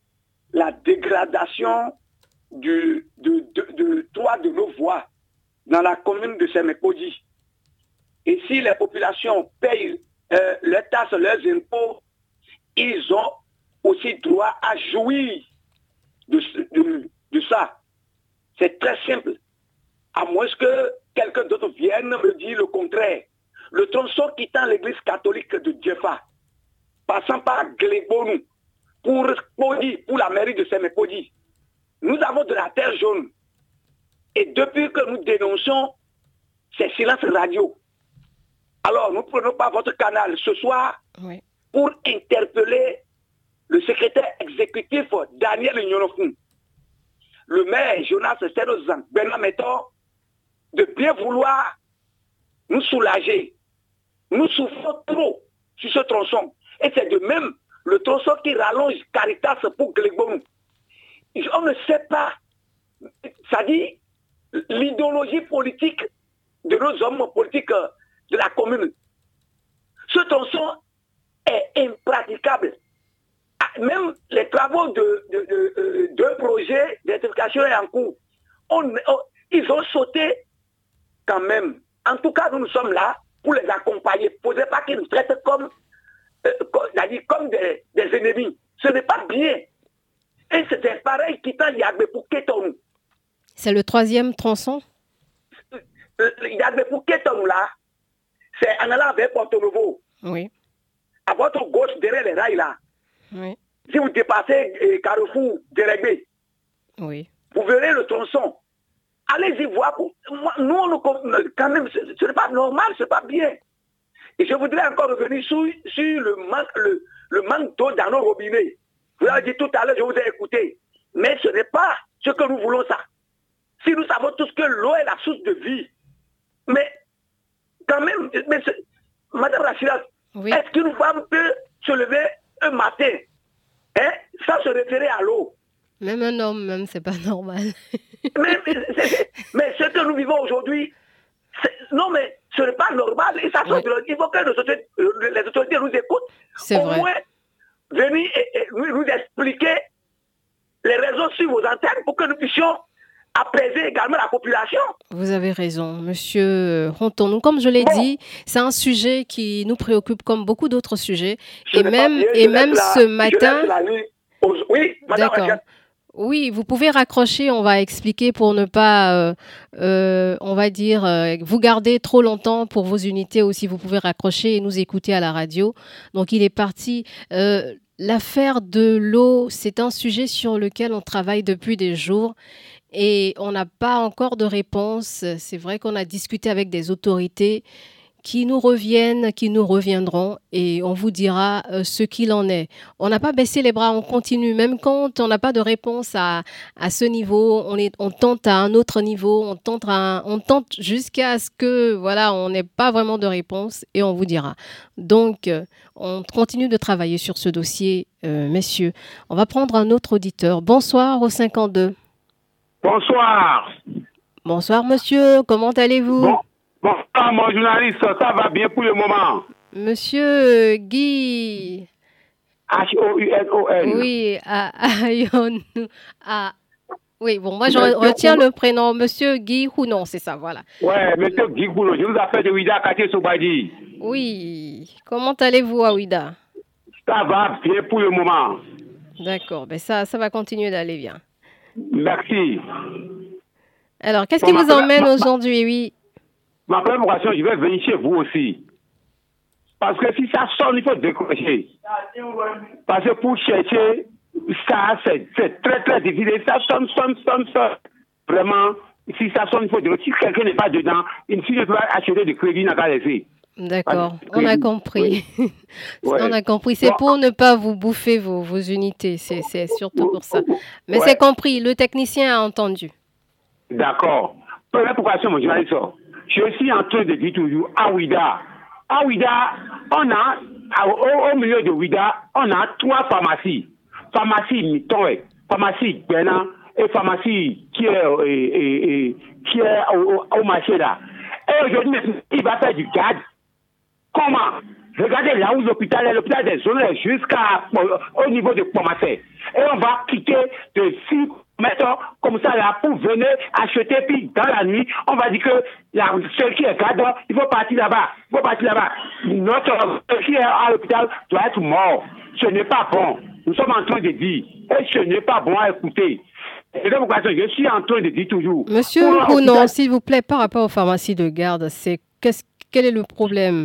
la dégradation du, de, de, de trois de nos voies dans la commune de Sémékodi. Et si les populations payent euh, leurs taxes, leurs impôts, ils ont aussi droit à jouir de, ce- de, de ça. C'est très simple. À moins que quelqu'un d'autre vienne me dire le contraire. Le tronçon quittant l'église catholique de Djefa, passant par Glebonou, pour Podi, pour la mairie de Sémékodi, nous avons de la terre jaune. Et depuis que nous dénonçons, c'est silence radio. Alors, nous prenons pas votre canal ce soir Oui. pour interpeller le secrétaire exécutif Daniel Nyonofoun, le maire Jonas Senozan, Bernard Metton, de bien vouloir nous soulager. Nous souffrons trop sur ce tronçon. Et c'est de même le tronçon qui rallonge Caritas pour Glebonou. On ne sait pas, ça dit, l'idéologie politique de nos hommes politiques de la commune. Ce tronçon est impraticable. Ah, même les travaux de, de, de, de, de projets d'électrification est en cours. On, on, ils ont sauté quand même. En tout cas, nous, nous sommes là pour les accompagner. Il ne faudrait pas qu'ils nous traitent comme, euh, comme, comme des, des ennemis. Ce n'est pas bien. Et c'était pareil quittant Yagbe pour Kétonou. C'est le troisième tronçon? Yagbe pour Kétonou, là, c'est en allant vers Porto-Nouveau. Oui. À votre gauche, derrière les rails, là. Oui. Si vous dépassez euh, Carrefour, Dérégbé, Oui. vous verrez le tronçon. Allez-y voir. Moi, nous, on, quand même, ce, ce n'est pas normal, ce n'est pas bien. Et je voudrais encore revenir sur, sur le manque, le, le manque d'eau dans nos robinets. Vous l'avez dit tout à l'heure, je vous ai écouté. Mais ce n'est pas ce que nous voulons, ça. Si nous savons tous que l'eau est la source de vie, mais quand même, mais Madame Rachida, Oui. est-ce qu'une femme peut se lever un matin hein, sans se référer à l'eau? Même un homme, même, c'est pas normal. mais, mais, c'est- mais ce que nous vivons aujourd'hui, c'est- non mais ce n'est pas normal. Et ça, Oui. il faut que les autorités, les autorités nous écoutent. C'est Au vrai. moins, venir et, et nous, nous expliquer les raisons sur vos antennes pour que nous puissions apaiser également la population. Vous avez raison, monsieur Rontonou. Comme je l'ai Bon. dit, c'est un sujet qui nous préoccupe comme beaucoup d'autres sujets. Ce Et n'est pas même, bien, et je même laisse la- ce je matin... laisse la nuit aux- Oui, madame D'accord. Rachida. Oui, vous pouvez raccrocher, on va expliquer pour ne pas, euh, euh, on va dire, euh, vous garder trop longtemps pour vos unités aussi. Vous pouvez raccrocher et nous écouter à la radio. Donc, il est parti. Euh, l'affaire de l'eau, c'est un sujet sur lequel on travaille depuis des jours et on n'a pas encore de réponse. C'est vrai qu'on a discuté avec des autorités qui nous reviennent, qui nous reviendront et on vous dira euh, ce qu'il en est. On n'a pas baissé les bras, on continue. Même quand on n'a pas de réponse à, à ce niveau, on, est, on tente à un autre niveau, on tente, à un- on tente jusqu'à ce que voilà, on n'ait pas vraiment de réponse et on vous dira. Donc, euh, on continue de travailler sur ce dossier, euh, messieurs. On va prendre un autre auditeur. Bonsoir au cinquante-deux. Bonsoir. Bonsoir, monsieur. Comment allez-vous? Bon, bonsoir, mon journaliste. Ça va bien pour le moment. Monsieur Guy. H O U N O N. Oui, à, à, à, oui, bon, moi je retiens le prénom, monsieur Guy Hounon, c'est ça, voilà. Ouais, monsieur Guy Hounon, je vous appelle de Ouida, quartier Sobadi. Oui, comment allez-vous à Ouida? Ça va bien pour le moment. D'accord, ben ça, ça va continuer d'aller bien. Merci. Alors, qu'est-ce bon, qui vous emmène aujourd'hui, oui? Ma première occasion, je vais venir chez vous aussi. Parce que si ça sonne, il faut décrocher. Parce que pour chercher, ça, c'est très, très difficile. Ça sonne, sonne, sonne, sonne. Vraiment, si ça sonne, il faut décrocher. Si quelqu'un n'est pas dedans, il ne peut pas acheter de crédit, il n'a qu'à laisser. D'accord, on a compris. Oui. Ouais. On a compris. C'est bon. Pour ne pas vous bouffer vos, vos unités. C'est surtout pour ça. Mais ouais. C'est compris. Le technicien a entendu. D'accord. Première question, mon journaliste. Je suis en train de dire toujours à Ouida. À Ouida, on a, au, au milieu de Ouida, on a trois pharmacies. Pharmacie Mitoy, pharmacie Benin et pharmacie qui est, et, et, et, qui est au, au marché là. Et aujourd'hui, il va faire du garde. Comment? Regardez là où l'hôpital est, l'hôpital des zones jusqu'à au niveau de Pomassé. Et on va quitter de six mètres comme ça là pour venir acheter. Puis dans la nuit, on va dire que la, ceux qui est garde, il faut partir là-bas. Il faut partir là-bas. Notre ceux qui est à l'hôpital doit être mort. Ce n'est pas bon. Nous sommes en train de dire. Et ce n'est pas bon à écouter. Et donc, je suis en train de dire toujours. Monsieur Hounon, s'il vous plaît, par rapport aux pharmacies de garde, c'est qu'est-ce quel est le problème?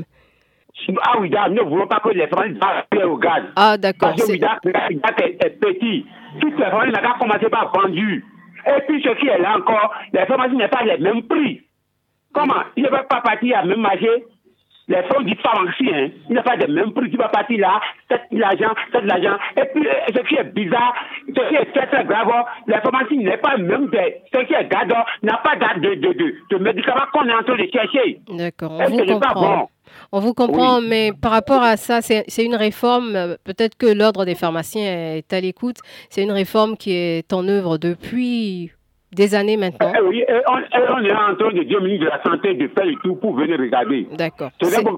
Ah oui, nous ne voulons pas que les pharmacies soient au garde. Ah d'accord. Parce que le garde est petit. Toutes les pharmacies n'ont pas commencé par vendu. Et puis ce qui est là encore, les pharmacies n'ont pas les mêmes prix. Comment? Ils ne peuvent pas partir à même marché. Les fonds du pharmacie, hein, il n'y a pas de même prix. Tu vas partir là, c'est de l'argent, c'est de l'argent. Et puis, ce qui est bizarre, ce qui est très très grave, les pharmacies n'est pas même de, ce qui est grave, n'a pas de, de, de, de, de médicaments qu'on est en train de chercher. D'accord, on vous comprend. Bon. On vous comprend, oui. Mais par rapport à ça, c'est une réforme, peut-être que l'ordre des pharmaciens est à l'écoute, c'est une réforme qui est en œuvre depuis des années maintenant. Eh oui, et on, et on est en train de dire au ministre de la Santé de faire le tout pour venir regarder. D'accord.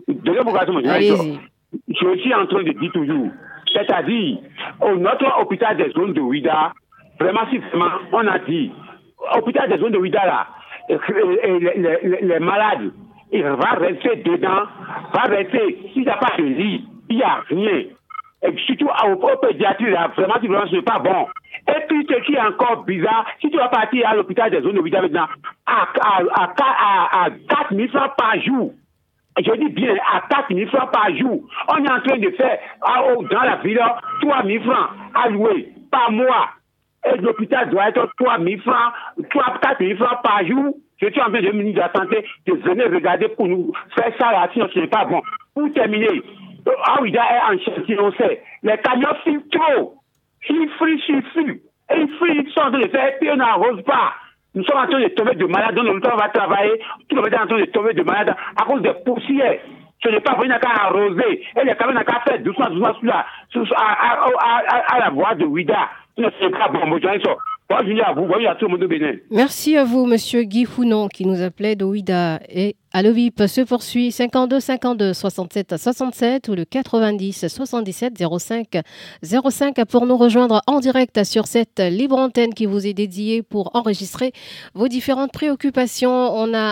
Allez-y. Je suis en train de dire toujours, c'est-à-dire, notre hôpital des zones de Ouida, vraiment, si vraiment, on a dit, hôpital des zones de Ouida, là, les, les, les, les malades, ils vont rester dedans, va rester, s'il n'y a pas de lit, il n'y a rien. Et surtout au pédiatrie, là, vraiment, ce n'est pas bon. Et puis, ce qui est encore bizarre, si tu vas partir à l'hôpital des zones de Ouida maintenant, à, à, à, à, à quatre mille francs par jour, je dis bien, à quatre mille francs par jour, on est en train de faire, dans la ville, trois mille francs à louer par mois. Et l'hôpital doit être trois mille francs, quatre mille francs par jour. Je suis en train de ministre de la Santé de venir regarder pour nous faire ça là, sinon ce n'est pas bon. Pour terminer, ah oui, est en chantier, on sait. Les camions filent trop. Ils frient, ils fuient. Et ils frient, ils sont en train de faire, et puis on n'arrose pas. Nous sommes en train de tomber de malades, donc le temps va travailler. Tout le monde est en train de tomber de malades à cause des poussières. Ce n'est pas vrai, il n'a qu'à arroser. Et les camions n'ont qu'à faire doucement, doucement, sur la, sur, à, à, à, à, à la voie de Ouida. Sinon, ce n'est pas bon, moi, j'en ai Bonjour à vous, bonjour à tout le monde de Bénin. Merci à vous, monsieur Guy Hounon, qui nous appelait de Ouida. Et Allo V I P se poursuit cinquante-deux cinquante-deux soixante-sept soixante-sept ou le quatre-vingt-dix soixante-dix-sept zéro cinq zéro cinq pour nous rejoindre en direct sur cette libre antenne qui vous est dédiée pour enregistrer vos différentes préoccupations. On a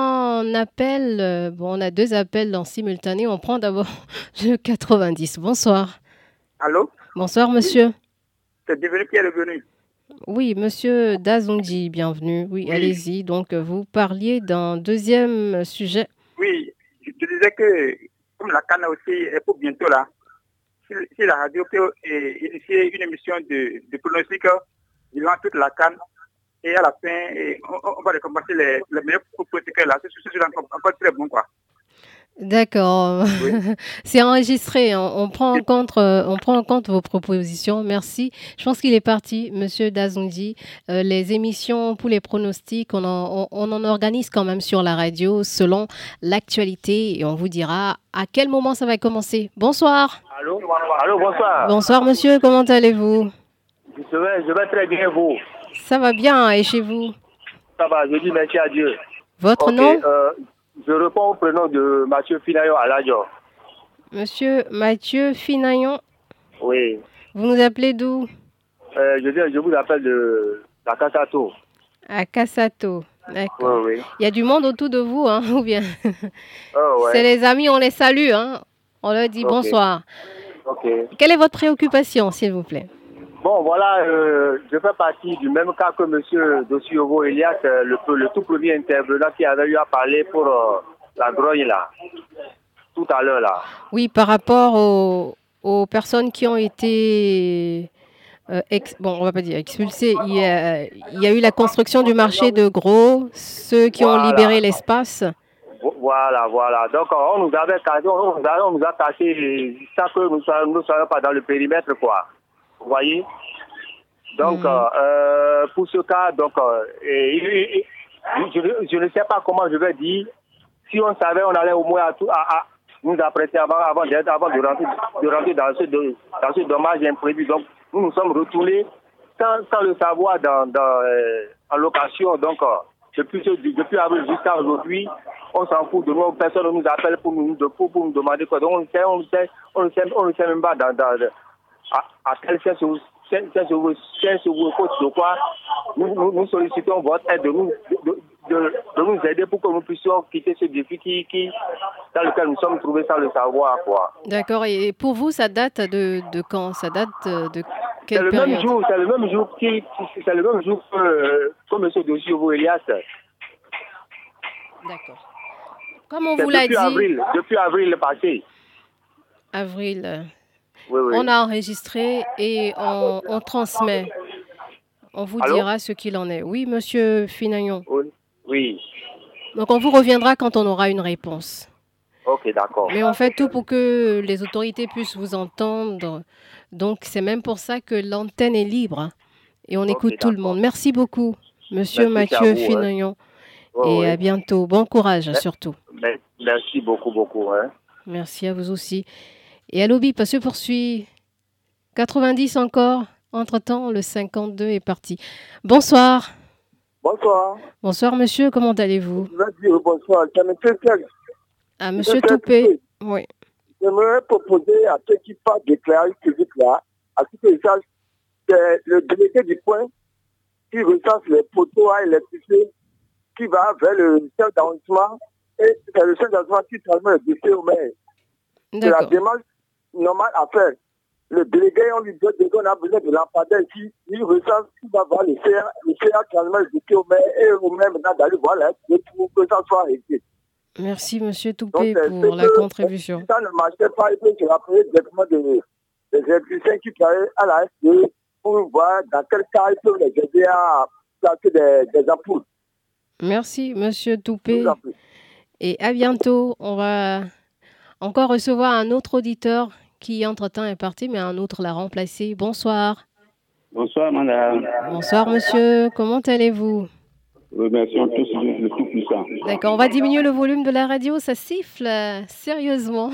un appel, bon, on a deux appels en simultané. On prend d'abord le quatre-vingt-dix. Bonsoir. Allô? Bonsoir, monsieur. C'est devenu qui est revenu. Oui, monsieur Dazoundi, bienvenue. Oui, oui. Allez-y. Donc, vous parliez d'un deuxième sujet. Oui, je te disais que, comme la canne aussi est pour bientôt là, si, si la radio peut euh, initier une émission de, de pronostic durant toute la canne, et à la fin, et on, on va récompenser les, les meilleurs pronostiqueurs là. C'est encore, encore très bon, quoi. D'accord, oui. C'est enregistré, on, on, prend en compte, on prend en compte vos propositions, merci. Je pense qu'il est parti, monsieur Dazoundi. Euh, les émissions pour les pronostics, on en, on, on en organise quand même sur la radio selon l'actualité et on vous dira à quel moment ça va commencer. Bonsoir. Allô, allô, bonsoir. Bonsoir monsieur, comment allez-vous? Je vais, je vais très bien, vous. Ça va bien, et chez vous? Ça va, je dis merci à Dieu. Votre okay, nom? euh, Je réponds au prénom de Mathieu Finayon à Aladjo. Monsieur Mathieu Finayon? Oui. Vous nous appelez d'où? euh, je, dis, je vous appelle de la Kassato. À Kassato, d'accord. Oui, oui. Il y a du monde autour de vous, hein, ou bien? Oh, ouais. C'est les amis, on les salue, hein. On leur dit okay. Bonsoir. Ok. Quelle est votre préoccupation, s'il vous plaît? Bon, voilà, euh, je fais partie du même cas que M. Dossiovo Elias, euh, le, le tout premier intervenant qui avait eu à parler pour euh, la grogne, là, tout à l'heure, là. Oui, par rapport aux, aux personnes qui ont été, euh, ex, bon, on va pas dire expulsées, il y, a, il y a eu la construction du marché de Gros, ceux qui voilà. ont libéré l'espace. Voilà, voilà. Donc, on nous avait caché, on nous a, on nous a caché sans que nous ne soyons pas dans le périmètre, quoi. Vous voyez? Donc, mmh. euh, pour ce cas, donc, euh, et, et, et, je, je ne sais pas comment je vais dire. Si on savait, on allait au moins à, à, à nous apprêter avant, avant, avant de, rentrer, de rentrer dans ce, de, dans ce dommage imprévu. Donc, nous nous sommes retournés sans, sans le savoir dans, dans, euh, en location. Donc, euh, depuis, depuis avril jusqu'à aujourd'hui, on s'en fout de nous. Personne ne nous appelle pour nous, pour, pour nous demander quoi. Donc, on ne sait, on ne sait, on ne sait, on ne sait même pas dans, dans, à, à quel sens vous de quoi nous, nous, nous sollicitons votre aide de nous, de, de, de nous aider pour que nous puissions quitter ce défi qui, qui, dans lequel nous sommes trouvés sans le savoir, quoi. D'accord. Et pour vous, ça date de, de quand? Ça date de quelle c'est le période? même jour, c'est le même jour qui, c'est le même jour que, que M. Dossiovo Elias. D'accord. Comme on vous l'a dit. Avril, depuis avril passé. Avril. Oui, oui. On a enregistré et on, on transmet. On vous Allô? dira ce qu'il en est. Oui, monsieur Finayon. Oui. oui. Donc, on vous reviendra quand on aura une réponse. Ok, d'accord. Mais on fait tout pour que les autorités puissent vous entendre. Donc, c'est même pour ça que l'antenne est libre. Et on okay, écoute tout le monde. Merci beaucoup, monsieur Merci Mathieu vous, Finayon. Hein. Oh, et oui. à bientôt. Bon courage, merci, surtout. Merci beaucoup, beaucoup. Hein. Merci à vous aussi. Et Allo Bip se poursuit. quatre-vingt-dix encore. Entre-temps, le cinquante-deux est parti. Bonsoir. Bonsoir. Bonsoir, monsieur. Comment allez-vous? Je vais dire bonsoir. C'est monsieur Thiel. Ah, monsieur Toupé. Oui. J'aimerais proposer à ceux qui parlent d'éclairage public là, à ceux qui sachent, c'est le délégué du point qui recense les poteaux à électricité, qui va vers le chef d'arrondissement, et c'est le chef d'arrondissement qui transmet le dossier au maire. C'est la démarche normale à faire. Le délégué, on lui dit qu'on a besoin de lampadaire ici, il recense, il va voir le C A, le C A transmet le dossier au maire, et au maire maintenant d'aller voir là, pour que ça soit réglé. Merci, monsieur Toupé, Donc, pour la que, contribution. Si ça ne marchait pas, il faut se rappeler directement des, des électriciens qui travaillent à la S D pour voir dans quel cas ils peuvent les aider à placer des, des ampoules. Merci, monsieur Toupé. Et à bientôt. On va encore recevoir un autre auditeur qui, entre-temps, est parti, mais un autre l'a remplacé. Bonsoir. Bonsoir, madame. Bonsoir, monsieur. Comment allez-vous? Remercions tous le Tout-Puissant. D'accord, on va diminuer le volume de la radio, ça siffle euh, sérieusement.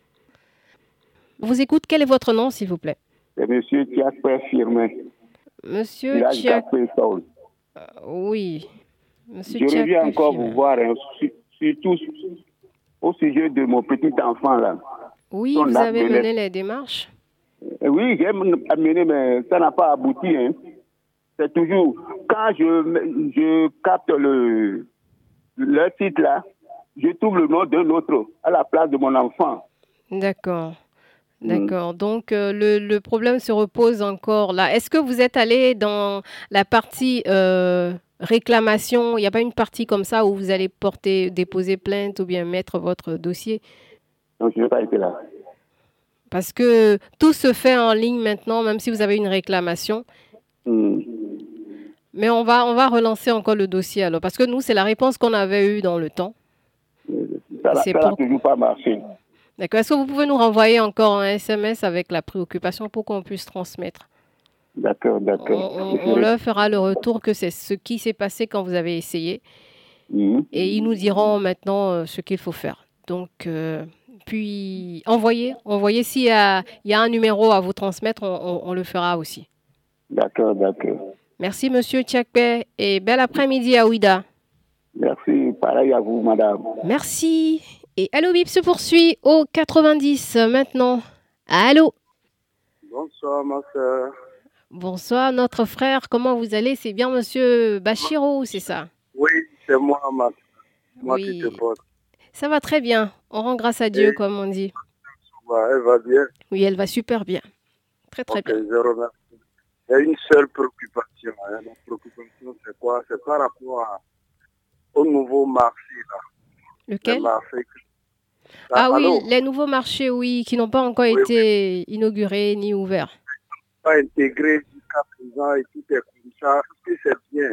Vous écoute, quel est votre nom, s'il vous plaît? C'est monsieur Tiakpe Firmin. Monsieur Tiakpe. Euh, oui. Monsieur Je reviens encore Firmin. vous voir, hein, surtout au sujet de mon petit enfant là. Oui, Son vous avez mené les démarches? Oui, j'ai mené, mais ça n'a pas abouti. Hein. C'est toujours, quand je, je capte le, le titre là, je trouve le nom d'un autre à la place de mon enfant. D'accord. D'accord. Mmh. Donc, euh, le, le problème se repose encore là. Est-ce que vous êtes allé dans la partie euh, réclamation? Il n'y a pas une partie comme ça où vous allez porter, déposer plainte ou bien mettre votre dossier? Non, je n'ai pas été là. Parce que tout se fait en ligne maintenant, même si vous avez une réclamation. Mmh. Mais on va, on va relancer encore le dossier alors. Parce que nous, c'est la réponse qu'on avait eue dans le temps. Ça n'a pour... toujours pas marché. D'accord. Est-ce que vous pouvez nous renvoyer encore un S M S avec la préoccupation pour qu'on puisse transmettre? D'accord, d'accord. On, on, on leur fera le retour que c'est ce qui s'est passé quand vous avez essayé. Mmh. Et ils nous diront maintenant euh, ce qu'il faut faire. Donc, euh, puis, envoyez. Envoyez. S'il y a, il y a un numéro à vous transmettre, on, on, on le fera aussi. D'accord, d'accord. Merci, monsieur Tchakpe, et bel après-midi à Ouida. Merci, pareil à vous, madame. Merci. Et Allo Bip se poursuit au quatre-vingt-dix maintenant. Allô. Bonsoir, ma soeur. Bonsoir, notre frère. Comment vous allez? C'est bien monsieur Bachiro, c'est ça? Oui, c'est moi, ma moi oui. qui te porte. Ça va très bien. On rend grâce à Dieu, Et comme on dit. Elle va bien? Oui, elle va super bien. Très, très okay, bien. Je remercie. Il y a une seule préoccupation. Hein. La préoccupation, c'est quoi? C'est par rapport à, au nouveau marché, là. Lequel? Marché. Ah, ah oui, allô? Les nouveaux marchés, oui, qui n'ont pas encore oui, été oui. inaugurés ni ouverts. Pas intégrés jusqu'à présent et tout est comme ça. Est-ce que c'est bien?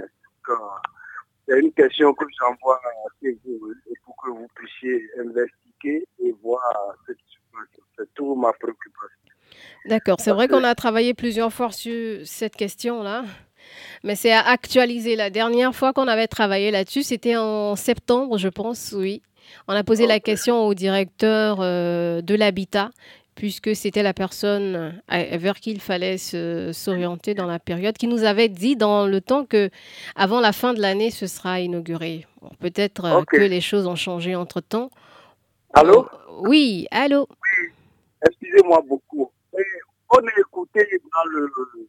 Il y a une question que j'envoie à vous pour que vous puissiez investiguer et voir ce qui se passe. C'est tout ma préoccupation. D'accord, c'est vrai qu'on a travaillé plusieurs fois sur cette question-là, mais c'est à actualiser. La dernière fois qu'on avait travaillé là-dessus, c'était en septembre, je pense, oui. On a posé okay. la question au directeur euh, de l'habitat, puisque c'était la personne vers qui il fallait se, s'orienter dans la période, qui nous avait dit dans le temps que avant la fin de l'année, ce sera inauguré. Bon, peut-être okay. que les choses ont changé entre-temps. Allô? Euh, oui, allô? Oui, excusez-moi beaucoup. On est écouté dans le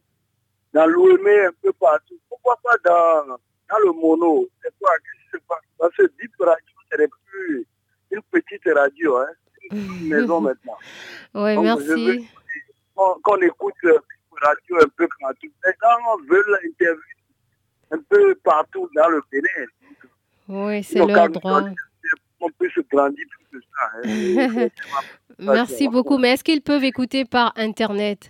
dans l'O M E un peu partout. Pourquoi pas dans, dans le mono? C'est quoi? C'est pas, parce que Bip Radio, ce n'est plus une petite radio, hein. C'est une maison maintenant. Oui, merci. Je veux qu'on, qu'on écoute Bip Radio un peu partout. Les gens veulent interviewer un peu partout dans le Bénin. Oui, c'est leur droit. On peut se grandir tout ça. Hein. Merci beaucoup. Mais est-ce qu'ils peuvent écouter par Internet?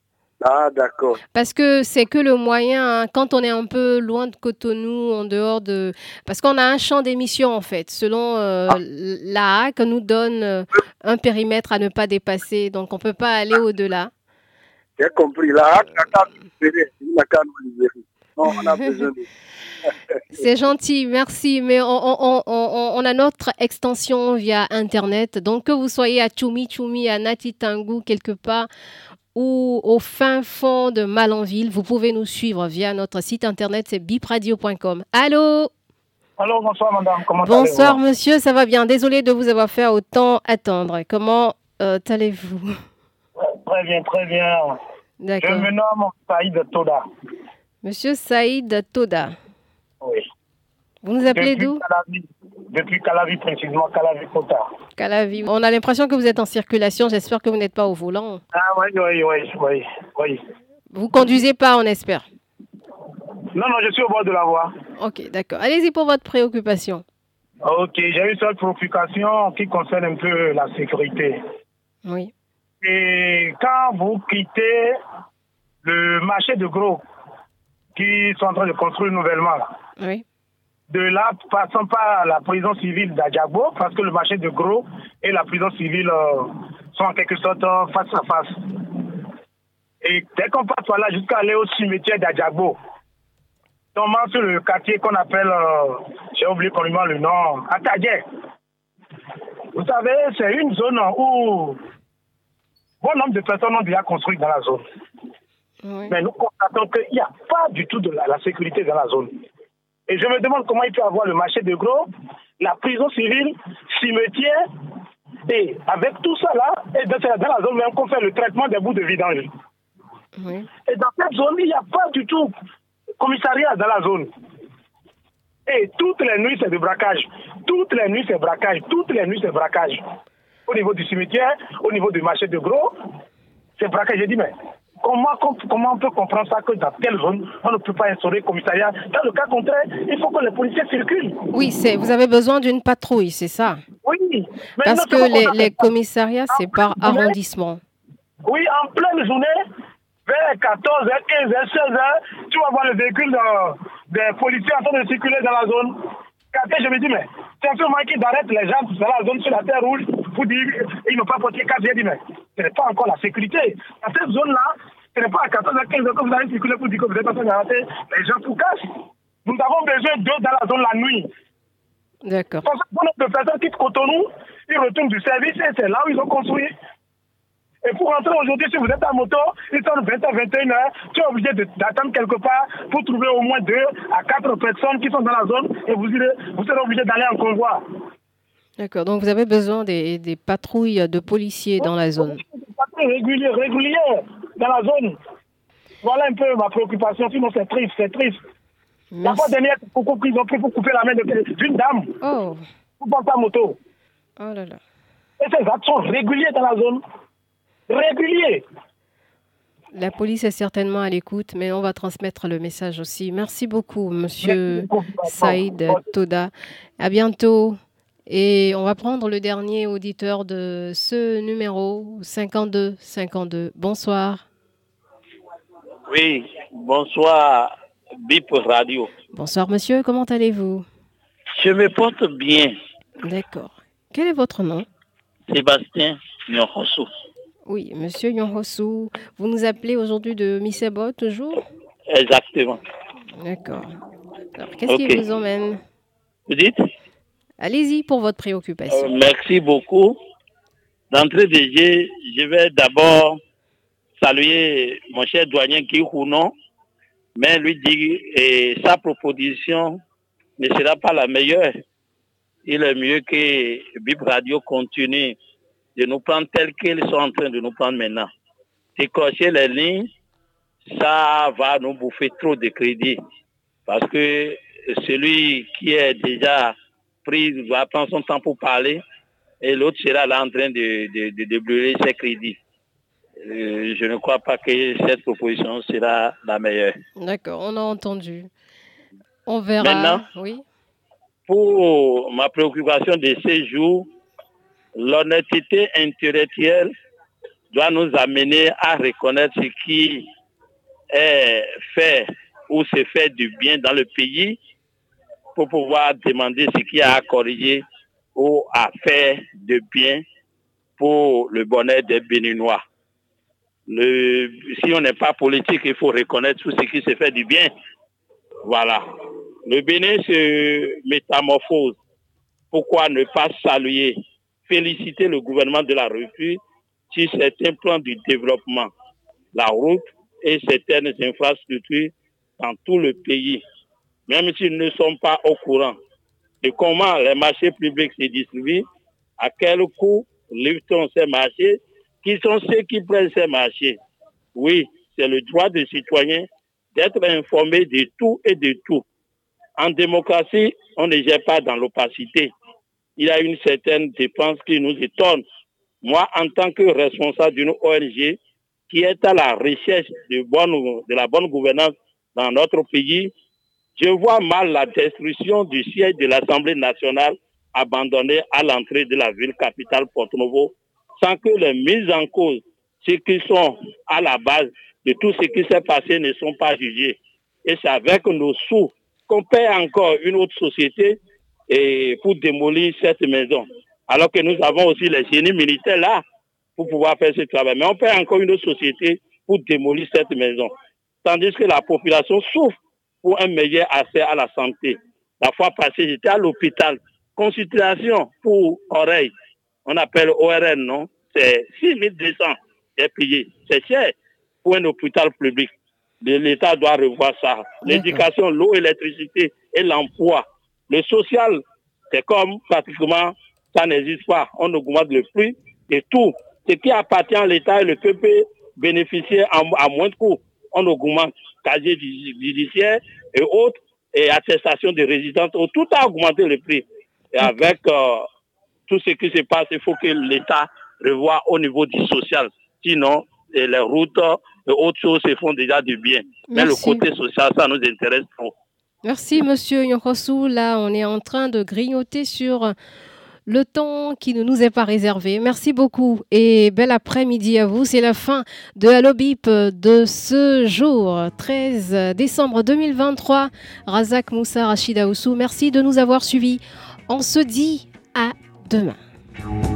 Ah, d'accord. Parce que c'est que le moyen, hein, quand on est un peu loin de Cotonou, en dehors de... Parce qu'on a un champ d'émission, en fait. Selon euh, ah. l'A A C nous donne euh, un périmètre à ne pas dépasser. Donc, on ne peut pas aller au-delà. J'ai compris. L'A A C n'a qu'à nous libérer. Il n'a qu'à nous libérer. Non, on a besoin de... C'est gentil, merci. Mais on, on, on, on a notre extension via Internet. Donc, que vous soyez à Tchoumi Tchoumi, à Natitangu, quelque part, ou au fin fond de Malanville, vous pouvez nous suivre via notre site Internet, c'est bip radio point com. Allô? Allô, bonsoir madame. Comment bonsoir allez-vous? Monsieur, ça va bien. Désolé de vous avoir fait autant attendre. Comment euh, allez-vous? Très bien, très bien. D'accord. Je me nomme Saïd Toda. Monsieur Saïd Toda. Oui. Vous nous appelez Depuis d'où? Calavi. Depuis Calavi, précisément Calavi Kota. Calavi. On a l'impression que vous êtes en circulation. J'espère que vous n'êtes pas au volant. Ah oui, oui, oui, oui, oui. Vous conduisez pas, on espère? Non, non, je suis au bord de la voie. Ok, d'accord. Allez-y pour votre préoccupation. Ok, j'ai une seule préoccupation qui concerne un peu la sécurité. Oui. Et quand vous quittez le marché de gros qui sont en train de construire nouvellement, oui. de là, passons par la prison civile d'Adjagbo, parce que le marché de gros et la prison civile euh, sont en quelque sorte euh, face à face. Et dès qu'on passe par là jusqu'à aller au cimetière d'Adjagbo, tombant sur le quartier qu'on appelle, euh, j'ai oublié complètement le nom, Atadje. Vous savez, c'est une zone où bon nombre de personnes ont déjà construit dans la zone. Oui. Mais nous constatons qu'il n'y a pas du tout de la, la sécurité dans la zone. Et je me demande comment il peut y avoir le marché de gros, la prison civile, cimetière, et avec tout ça là, et dans, dans la zone même qu'on fait le traitement des bouts de vidange. Oui. Et dans cette zone, il n'y a pas du tout commissariat dans la zone. Et toutes les nuits, c'est de braquage. Toutes les nuits, c'est braquage. Toutes les nuits, c'est braquage. Au niveau du cimetière, au niveau du marché de gros, c'est braquage. J'ai dit, mais comment, comment on peut comprendre ça que dans telle zone, on ne peut pas instaurer le commissariat? Dans le cas contraire, il faut que les policiers circulent. Oui, c'est, vous avez besoin d'une patrouille, c'est ça? Oui. Mais parce que les, les commissariats, c'est par arrondissement. Oui, en pleine journée, vers quatorze heures, quinze heures, seize heures, tu vas voir le véhicule de, des policiers en train de circuler dans la zone. Quand je me dis, mais c'est seulement qu'ils arrêtent les gens dans la zone sur la terre rouge pour dire qu'ils n'ont pas porté carte. J'ai dit, mais ce n'est pas encore la sécurité. Dans cette zone-là, ce n'est pas à quatorze heures, quinze heures que vous allez circuler pour dire que vous êtes en train d'arrêter les gens pour cash. Nous avons besoin d'eux dans la zone la nuit. D'accord. Parce que bon nombre de personnes quittent Cotonou, ils retournent du service et c'est là où ils ont construit. Et pour rentrer aujourd'hui, si vous êtes en moto, il sonne vingt heures, vingt et une heures, tu es obligé de, d'attendre quelque part pour trouver au moins deux à quatre personnes qui sont dans la zone et vous, irez, vous serez obligé d'aller en convoi. D'accord, donc vous avez besoin des, des patrouilles de policiers dans la zone. Des patrouilles régulières, régulières dans la zone. Voilà un peu ma préoccupation, sinon c'est triste, c'est triste. Merci. La fois dernière, ils ont pris pour couper la main d'une dame. Oh. Pour porter la moto. Oh là là. Et ces actes sont réguliers dans la zone. Réguliers. La police est certainement à l'écoute, mais on va transmettre le message aussi. Merci beaucoup, monsieur Saïd Toda. À bientôt. Et on va prendre le dernier auditeur de ce numéro, cinquante-deux cinquante-deux. Bonsoir. Oui, bonsoir, B I P Radio. Bonsoir, monsieur. Comment allez-vous? Je me porte bien. D'accord. Quel est votre nom? Sébastien Nyonhosu. Oui, monsieur Nyonhosu. Vous nous appelez aujourd'hui de Missebo, toujours? Exactement. D'accord. Alors, qu'est-ce okay. qui vous emmène? Vous dites? Allez-y pour votre préoccupation. Euh, merci beaucoup. D'entrée de jeu, je vais d'abord saluer mon cher douanier Guy Rounon, mais lui dire et sa proposition ne sera pas la meilleure. Il est mieux que B I P Radio continue de nous prendre tels qu'ils sont en train de nous prendre maintenant. Décrocher les lignes, ça va nous bouffer trop de crédit. Parce que celui qui est déjà pris va prendre son temps pour parler et l'autre sera là en train de, de, de, de brûler ses crédits. Euh, je ne crois pas que cette proposition sera la meilleure. D'accord, on a entendu. On verra. Maintenant, oui. Pour ma préoccupation de ces jours, l'honnêteté intellectuelle doit nous amener à reconnaître ce qui est fait ou se fait du bien dans le pays pour pouvoir demander ce qui a à corriger ou à faire de bien pour le bonheur des Béninois. Le, si on n'est pas politique, il faut reconnaître tout ce qui se fait du bien. Voilà. Le Bénin se métamorphose. Pourquoi ne pas saluer, féliciter le gouvernement de la République sur certains plans du développement, la route et certaines infrastructures dans tout le pays, même s'ils ne sont pas au courant de comment les marchés publics se distribuent, à quel coût livre-t-on ces marchés, qui sont ceux qui prennent ces marchés. Oui, c'est le droit des citoyens d'être informés de tout et de tout. En démocratie, on ne gère pas dans l'opacité. Il y a une certaine dépense qui nous étonne. Moi, en tant que responsable d'une O N G qui est à la recherche de, bonne, de la bonne gouvernance dans notre pays, je vois mal la destruction du siège de l'Assemblée nationale abandonné à l'entrée de la ville capitale Porto-Novo sans que les mises en cause, ceux qui sont à la base de tout ce qui s'est passé, ne sont pas jugés. Et c'est avec nos sous qu'on paie encore une autre société et pour démolir cette maison. Alors que nous avons aussi les génies militaires là pour pouvoir faire ce travail. Mais on paie encore une autre société pour démolir cette maison. Tandis que la population souffre pour un meilleur accès à la santé. La fois passée, j'étais à l'hôpital. Consultation pour oreille. On appelle O R N, non? C'est six mille deux cents est payé. C'est cher pour un hôpital public. L'État doit revoir ça. L'éducation, l'eau, l'électricité et l'emploi. Le social, c'est comme pratiquement ça n'existe pas. On augmente le prix et tout. Ce qui appartient à l'État et le peuple bénéficier à, à moins de coûts. On augmente casier judiciaire et autres, et attestation de résidence. Tout a augmenté le prix. Et avec euh, tout ce qui se passe, il faut que l'État revoie au niveau du social. Sinon, et les routes et autres choses se font déjà du bien. Merci. Mais le côté social, ça nous intéresse trop. Merci, monsieur Nyonhosu. Là, on est en train de grignoter sur le temps qui ne nous est pas réservé. Merci beaucoup et bel après-midi à vous. C'est la fin de Allo B I P de ce jour, treize décembre deux mille vingt-trois. Razak Moussa, Rachida Oussou, merci de nous avoir suivis. On se dit à demain.